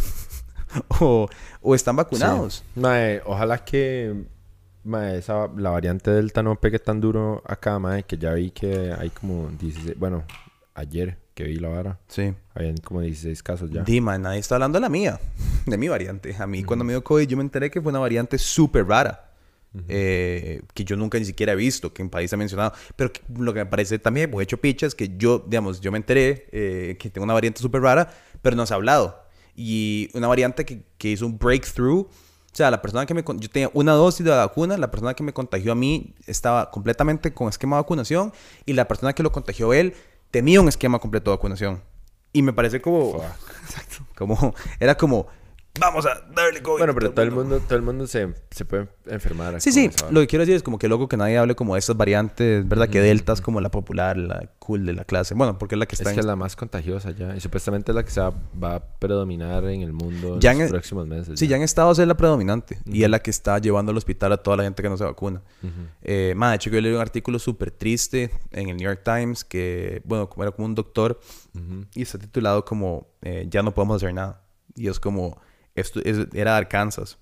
o, o están vacunados. Sí. Mae, ojalá que mae, esa, la variante Delta no pegue tan duro acá, mae, que ya vi que hay como dieciséis, bueno, ayer que vi la vara, Sí. habían como dieciséis casos ya. Dima, nadie está hablando de la mía, de mi variante. A mí Ujú. cuando me dio COVID yo me enteré que fue una variante súper rara. Ujú. eh, que yo nunca ni siquiera he visto, que en país ha mencionado. Pero que, lo que me parece también, pues he hecho pichas, que yo, digamos, yo me enteré eh, que tengo una variante súper rara, pero no se ha hablado. Y una variante que, que hizo un breakthrough. O sea, la persona que me... con- Yo tenía una dosis de la vacuna, la persona que me contagió a mí estaba completamente con esquema de vacunación y la persona que lo contagió a él tenía un esquema completo de vacunación. Y me parece como... Fuck. Exacto. Como... Era como... Vamos a darle COVID. Bueno, pero todo el mundo, todo el mundo se, se puede enfermar. Sí, con sí. esa vara. Lo que quiero decir es como que loco que nadie hable como de estas variantes, ¿verdad? Que Ujú, Delta es ujú. como la popular, la cool de la clase. Bueno, porque es la que Es está que en... es la más contagiosa ya. Y supuestamente es la que se va, va a predominar en el mundo Ya en los en- próximos meses. Sí, ya en Estados es la predominante. Y Ujú. es la que está llevando al hospital a toda la gente que no se vacuna. Ujú. Eh, ma, de hecho, yo leí un artículo súper triste en el New York Times que, bueno, como era como un doctor Ujú. y está titulado como eh, Ya no podemos hacer nada. Y es como... Esto es- era de Arkansas.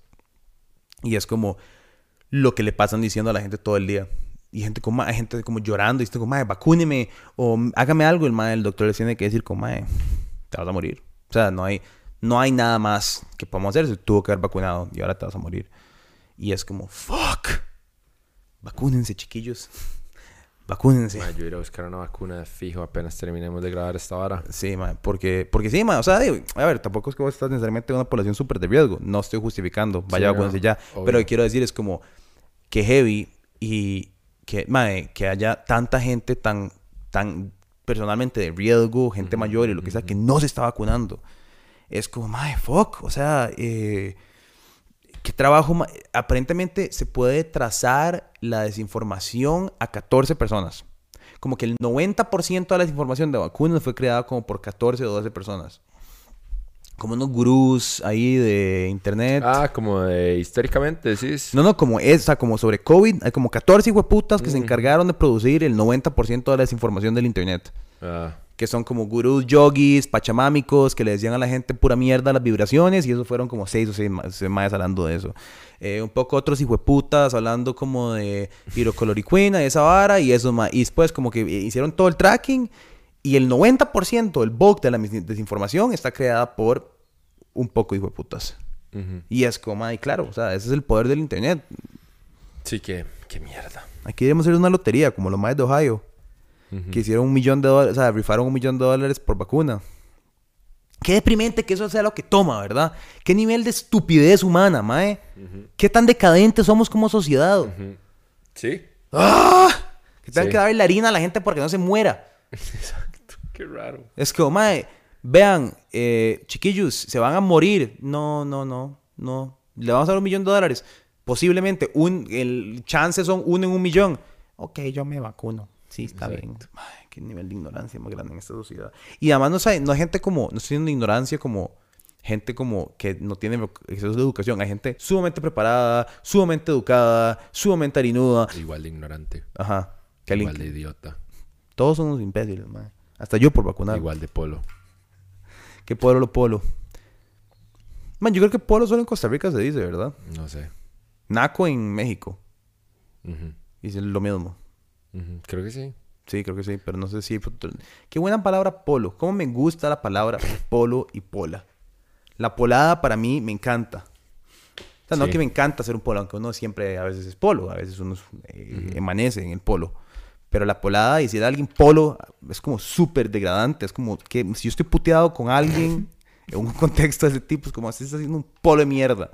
Y es como lo que le pasan diciendo a la gente todo el día. Y gente como, hay gente como llorando y está como, mae, vacúneme o hágame algo. El mae, el doctor le tiene que decir como, mae, te vas a morir. O sea, no hay, no hay nada más que podamos hacer. Se tuvo que haber vacunado y ahora te vas a morir. Y es como, fuck. Vacúnense, chiquillos. Vacúnense. Ma, yo iré a buscar una vacuna de fijo apenas terminemos de grabar esta vara. Sí, ma, porque, porque sí, ma, o sea, digo, a ver, tampoco es que vos estás necesariamente en una población súper de riesgo. No estoy justificando, vaya Sí, vacúnense no, ya. obvio. Pero lo que quiero decir es como que heavy y que, mae, que haya tanta gente tan, tan personalmente de riesgo, gente Ujú, mayor y lo que sea, ujú. que no se está vacunando. Es como, mae, fuck, o sea, eh, qué trabajo, ma- aparentemente se puede trazar la desinformación a catorce personas. Como que el noventa por ciento de la desinformación de vacunas fue creada como por catorce o doce personas. Como unos gurús ahí de internet. Ah, como de históricamente, decís. No, no, como esa, como sobre COVID. Hay como catorce hijueputas que se Mm. encargaron de producir el noventa por ciento de la desinformación del internet. Ah, Que son como gurús, yogis, pachamámicos, que le decían a la gente pura mierda las vibraciones. Y eso fueron como seis o seis ma- seis más hablando de eso. Eh, un poco otros hijueputas hablando como de hidrocloriquina y esa vara. Y eso más. Y después como que hicieron todo el tracking. Y el noventa por ciento del bulk de la mis- desinformación está creada por un poco de hijueputas. ujú. Y es como, y claro, o sea, ese es el poder del internet. Sí, que... Qué mierda. Aquí debemos hacer una lotería, como los maes de Ohio, Ujú. que hicieron un millón de dólares, o sea, rifaron un millón de dólares por vacuna. Qué deprimente que eso sea lo que toma, ¿verdad? Qué nivel de estupidez humana, mae. Ujú. Qué tan decadentes somos como sociedad. Ujú. Sí. ¡Ah! Que tengan Sí. que darle la harina a la gente porque no se muera. Exacto. Qué raro. Es como, mae, vean, eh, chiquillos, se van a morir. No, no, no, no. Le vamos a dar un millón de dólares. Posiblemente, un, el chance son uno en un millón. Ok, yo me vacuno. Sí, está Exacto. bien. Ay, qué nivel de ignorancia más grande en esta sociedad. Y además no, sabe- no hay gente como, no estoy diciendo ignorancia como gente como que no tiene exceso de educación. Hay gente sumamente preparada, sumamente educada, sumamente harinuda. Igual de ignorante. Ajá. Que alguien- Igual de idiota. Todos son unos imbéciles, mae. Hasta yo por vacunar. Igual de polo. ¿Qué polo lo polo? Man, yo creo que polo solo en Costa Rica se dice, ¿verdad? No sé. Naco en México. Uh-huh. Dice lo mismo. Uh-huh. Creo que sí. Sí, creo que sí, pero no sé si... Qué buena palabra polo. Cómo me gusta la palabra polo y pola. La polada para mí me encanta. O sea, sí. No que me encanta hacer un polo, aunque uno siempre a veces es polo, a veces uno eh, uh-huh. emanece en el polo. Pero la polada, y si era alguien polo, es como súper degradante. Es como que si yo estoy puteado con alguien en un contexto de ese tipo, es como si estás haciendo un polo de mierda.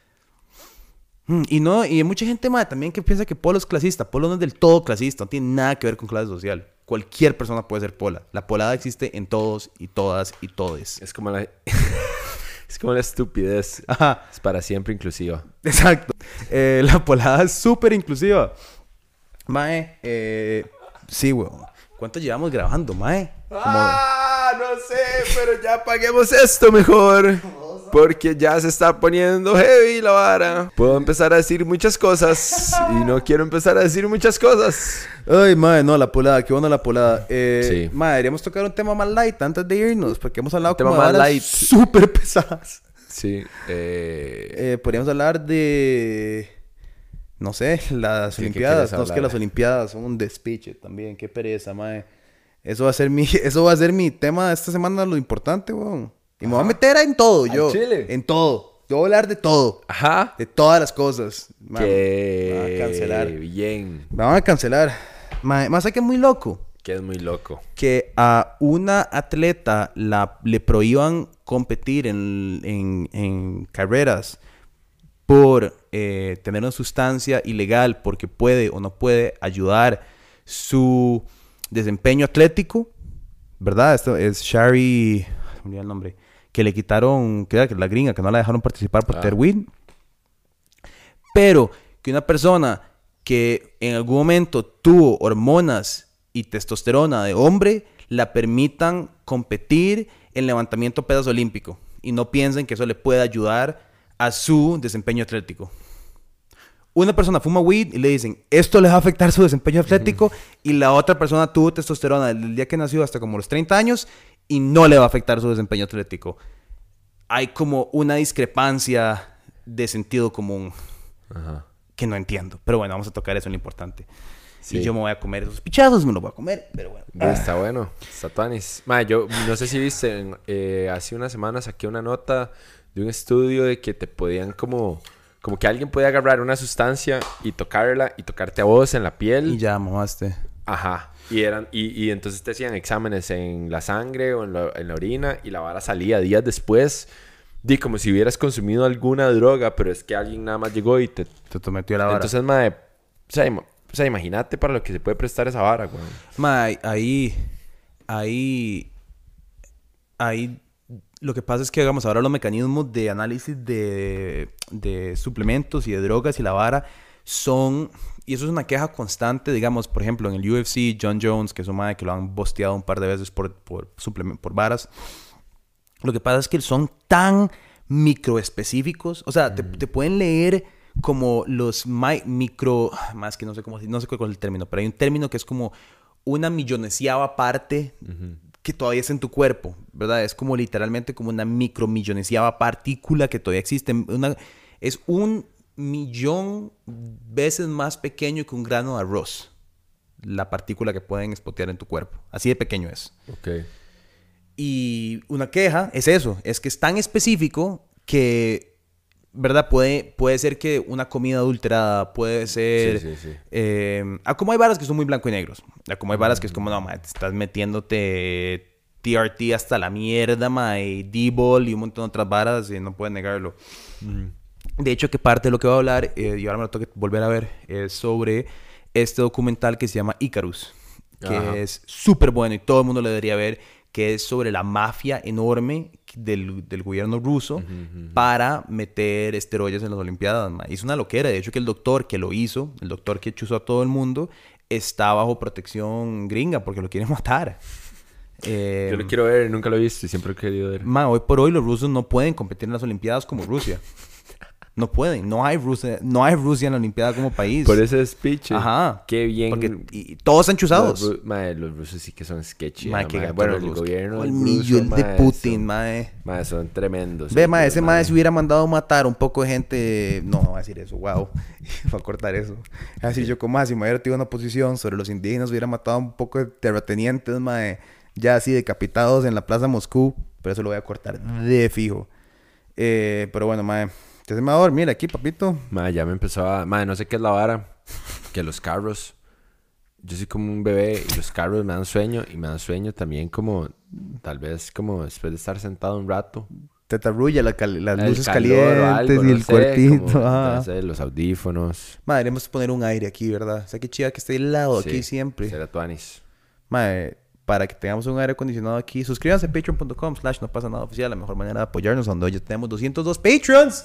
Y no, y hay mucha gente más también que piensa que polo es clasista. Polo no es del todo clasista, no tiene nada que ver con clase social. Cualquier persona puede ser pola. La polada existe en todos y todas y todes. Es como la... es como la estupidez. Ajá. Es para siempre inclusiva. Exacto. Eh, la polada es súper inclusiva. Mae, eh... sí, weón. ¿Cuánto llevamos grabando, mae? Como... Ah, no sé, pero ya apaguemos esto mejor. Porque ya se está poniendo heavy la vara. Puedo empezar a decir muchas cosas. Y no quiero empezar a decir muchas cosas. Ay, madre, no, la polada. Qué bueno la polada. Eh, sí. Madre, deberíamos tocar un tema más light antes de irnos. Porque hemos hablado tema como más de light. súper pesadas. Sí. Eh... Eh, podríamos hablar de... No sé, las ¿Qué, Olimpiadas. qué no, es que las Olimpiadas son un despiche también. Qué pereza, madre. Eso va a ser mi, eso va a ser mi tema esta semana, lo importante, weón. Y me voy a meter en todo, yo. ¿Al Chile? En todo. Yo voy a hablar de todo. Ajá. De todas las cosas. Man, que... me van a cancelar. Bien. Me van a cancelar. Man, más que es muy loco. Que es muy loco. Que a una atleta la, le prohíban competir en, en, en carreras por eh, tener una sustancia ilegal porque puede o no puede ayudar su desempeño atlético, ¿verdad? Esto es Shari, me olvidé el nombre, que le quitaron, que era la gringa, que no la dejaron participar por ah. Terwin. Pero que una persona que en algún momento tuvo hormonas y testosterona de hombre, la permitan competir en levantamiento peso olímpico y no piensen que eso le puede ayudar a su desempeño atlético. Una persona fuma weed y le dicen, esto le va a afectar su desempeño atlético, uh-huh. y la otra persona tuvo testosterona desde el día que nació hasta como los treinta años y no le va a afectar su desempeño atlético. Hay como una discrepancia de sentido común uh-huh. que no entiendo. Pero bueno, vamos a tocar eso, lo importante. Sí. Y yo me voy a comer esos pichados, me los voy a comer, pero bueno. Ah. Está bueno, está tuanis. Ma, yo no sé si viste, eh, hace una semana saqué una nota de un estudio de que te podían como... Como que alguien puede agarrar una sustancia y tocarla y tocarte a vos en la piel. Y ya mamaste. Ajá. Y, eran, y, y entonces te hacían exámenes en la sangre o en la, en la orina y la vara salía días después. Di como si hubieras consumido alguna droga, pero es que alguien nada más llegó y te... Te, te metió la vara. Entonces, mae... O sea, o sea, imagínate para lo que se puede prestar esa vara, güey. Mae, ahí... Ahí... Ahí... Lo que pasa es que, digamos, ahora los mecanismos de análisis de, de suplementos y de drogas y la vara son... Y eso es una queja constante, digamos, por ejemplo, en el U F C, John Jones, que es un madre que lo han bosteado un par de veces por, por, por varas. Lo que pasa es que son tan microespecíficos. O sea, mm. te, te pueden leer como los mi, micro... Más que no sé cómo... No sé cuál es el término, pero hay un término que es como una millonesiava parte... Uh-huh. que todavía es en tu cuerpo, ¿verdad? Es como literalmente como una micromillonesiava partícula que todavía existe. Una, es un millón veces más pequeño que un grano de arroz. La partícula que pueden espotear en tu cuerpo. Así de pequeño es. Ok. Y una queja es eso. Es que es tan específico que... ¿Verdad? Puede, puede ser que una comida adulterada, puede ser... Sí, sí, sí. Eh, como hay varas que son muy blanco y negros. Como hay varas que es como, no, ma, te estás metiéndote T R T hasta la mierda, ma, y D-Ball y un montón de otras varas y no puedes negarlo. Mm. De hecho, que parte de lo que voy a hablar, eh, y ahora me lo tengo que volver a ver, es sobre este documental que se llama Icarus. Que Ajá. es súper bueno y todo el mundo lo debería ver, que es sobre la mafia enorme del, del gobierno ruso uh-huh, uh-huh. para meter esteroides en las Olimpiadas. Man. Es una loquera. De hecho, que el doctor que lo hizo, el doctor que chuzó a todo el mundo, está bajo protección gringa porque lo quieren matar. Eh, Yo lo quiero ver, nunca lo he visto y siempre he querido ver. Man, hoy por hoy los rusos no pueden competir en las Olimpiadas como Rusia. No pueden. No hay Rusia, no hay Rusia en la Olimpiada como país. Por ese speech. Ajá. Qué bien. Porque y, todos están chuzados. Los, mae, los rusos sí que son sketchy. Mae, ¿no, qué mae? gato Bueno, los el rusos. gobierno El ruso, millón de mae, Putin, son, mae. Mae, son tremendos. Ve, mae, ellos, ese mae se hubiera mandado matar un poco de gente. No, va a decir eso, wow. Va a cortar eso. Así yo, como así, me hubiera tenido una posición sobre los indígenas, hubiera matado un poco de terratenientes, mae, ya así decapitados en la plaza Moscú. Pero eso lo voy a cortar de fijo. Eh, pero bueno, mae. Ya se me va a dormir aquí, papito. Mae, ya me empezó a... Mae, no sé qué es la vara. Que los carros... Yo soy como un bebé y los carros me dan sueño. Y me dan sueño también como... Tal vez como después de estar sentado un rato. Te tarrulla la cal las El luces calor calientes o algo, y no el sé, cuartito. como, Ajá. no sé, los audífonos. Madre, debemos poner un aire aquí, ¿verdad? O sea, qué chida que esté helado Sí, aquí siempre. será tuanis. Madre, para que tengamos un aire acondicionado aquí, suscríbanse a patreon punto com slash no pasa nada oficial. La mejor manera de apoyarnos, donde hoy ya tenemos doscientos dos Patreons.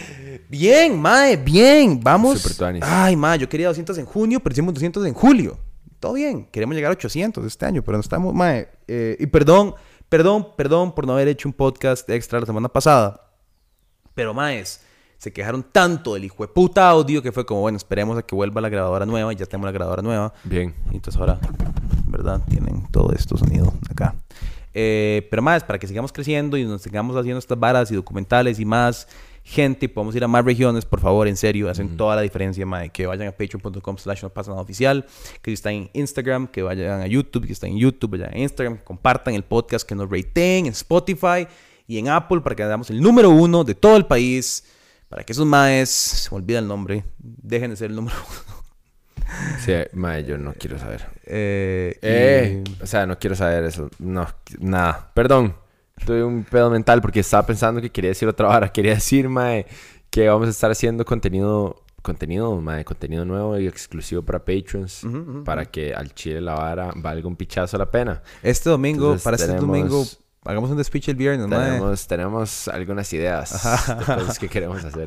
Bien, mae, bien. Vamos. Super tuanis. Ay, mae, yo quería doscientos en junio, pero hicimos doscientos en julio. Todo bien. Queremos llegar a ochocientos este año, pero no estamos, mae. Eh, y perdón, perdón, perdón por no haber hecho un podcast extra la semana pasada. Pero, maes, se quejaron tanto del hijo de puta audio que fue como, bueno, esperemos a que vuelva la grabadora nueva. Y ya tenemos la grabadora nueva. Bien. Y entonces ahora, ¿verdad? Tienen todo esto sonido acá. Eh, pero más, para que sigamos creciendo y nos sigamos haciendo estas varas y documentales y más gente y podamos ir a más regiones, por favor, en serio, hacen uh-huh. toda la diferencia, mae. Que vayan a patreon punto com slash no pasa nada oficial, que si están en Instagram, que vayan a YouTube, que están en YouTube, vayan a Instagram, compartan el podcast, que nos rateen en Spotify y en Apple para que hagamos el número uno de todo el país, para que esos maes, se me olvida el nombre, dejen de ser el número uno. Sí, mae, yo no quiero saber. Eh, eh y... O sea, no quiero saber eso. No, nada. Perdón. Tuve un pedo mental porque estaba pensando que quería decir otra vara. Quería decir, mae, que vamos a estar haciendo contenido, contenido, mae, contenido nuevo y exclusivo para Patreons. Uh-huh, uh-huh. Para que al chile la vara valga un pichazo la pena. Este domingo, Entonces, para tenemos... este domingo, hagamos un despiche el viernes, tenemos, mae. Tenemos algunas ideas de cosas que queremos hacer.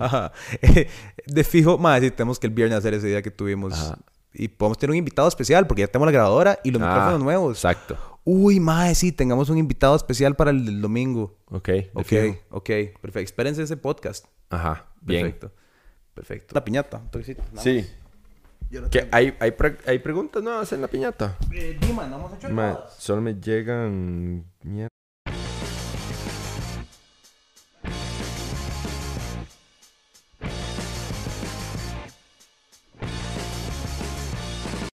De fijo, mae, sí, tenemos que el viernes hacer esa idea que tuvimos. Ajá. Y podemos tener un invitado especial porque ya tenemos la grabadora y los ah, micrófonos nuevos. Exacto. Uy, mae, sí, tengamos un invitado especial para el del domingo. Ok. Ok, fijo. ok. Perfecto. Espérense ese podcast. Ajá. Bien. Perfecto. Perfecto. La piñata. Sí. ¿Qué? ¿Hay, hay, pre- ¿Hay preguntas nuevas en la piñata? Eh, Dima, no hemos hecho nada. Solo me llegan... Mierda.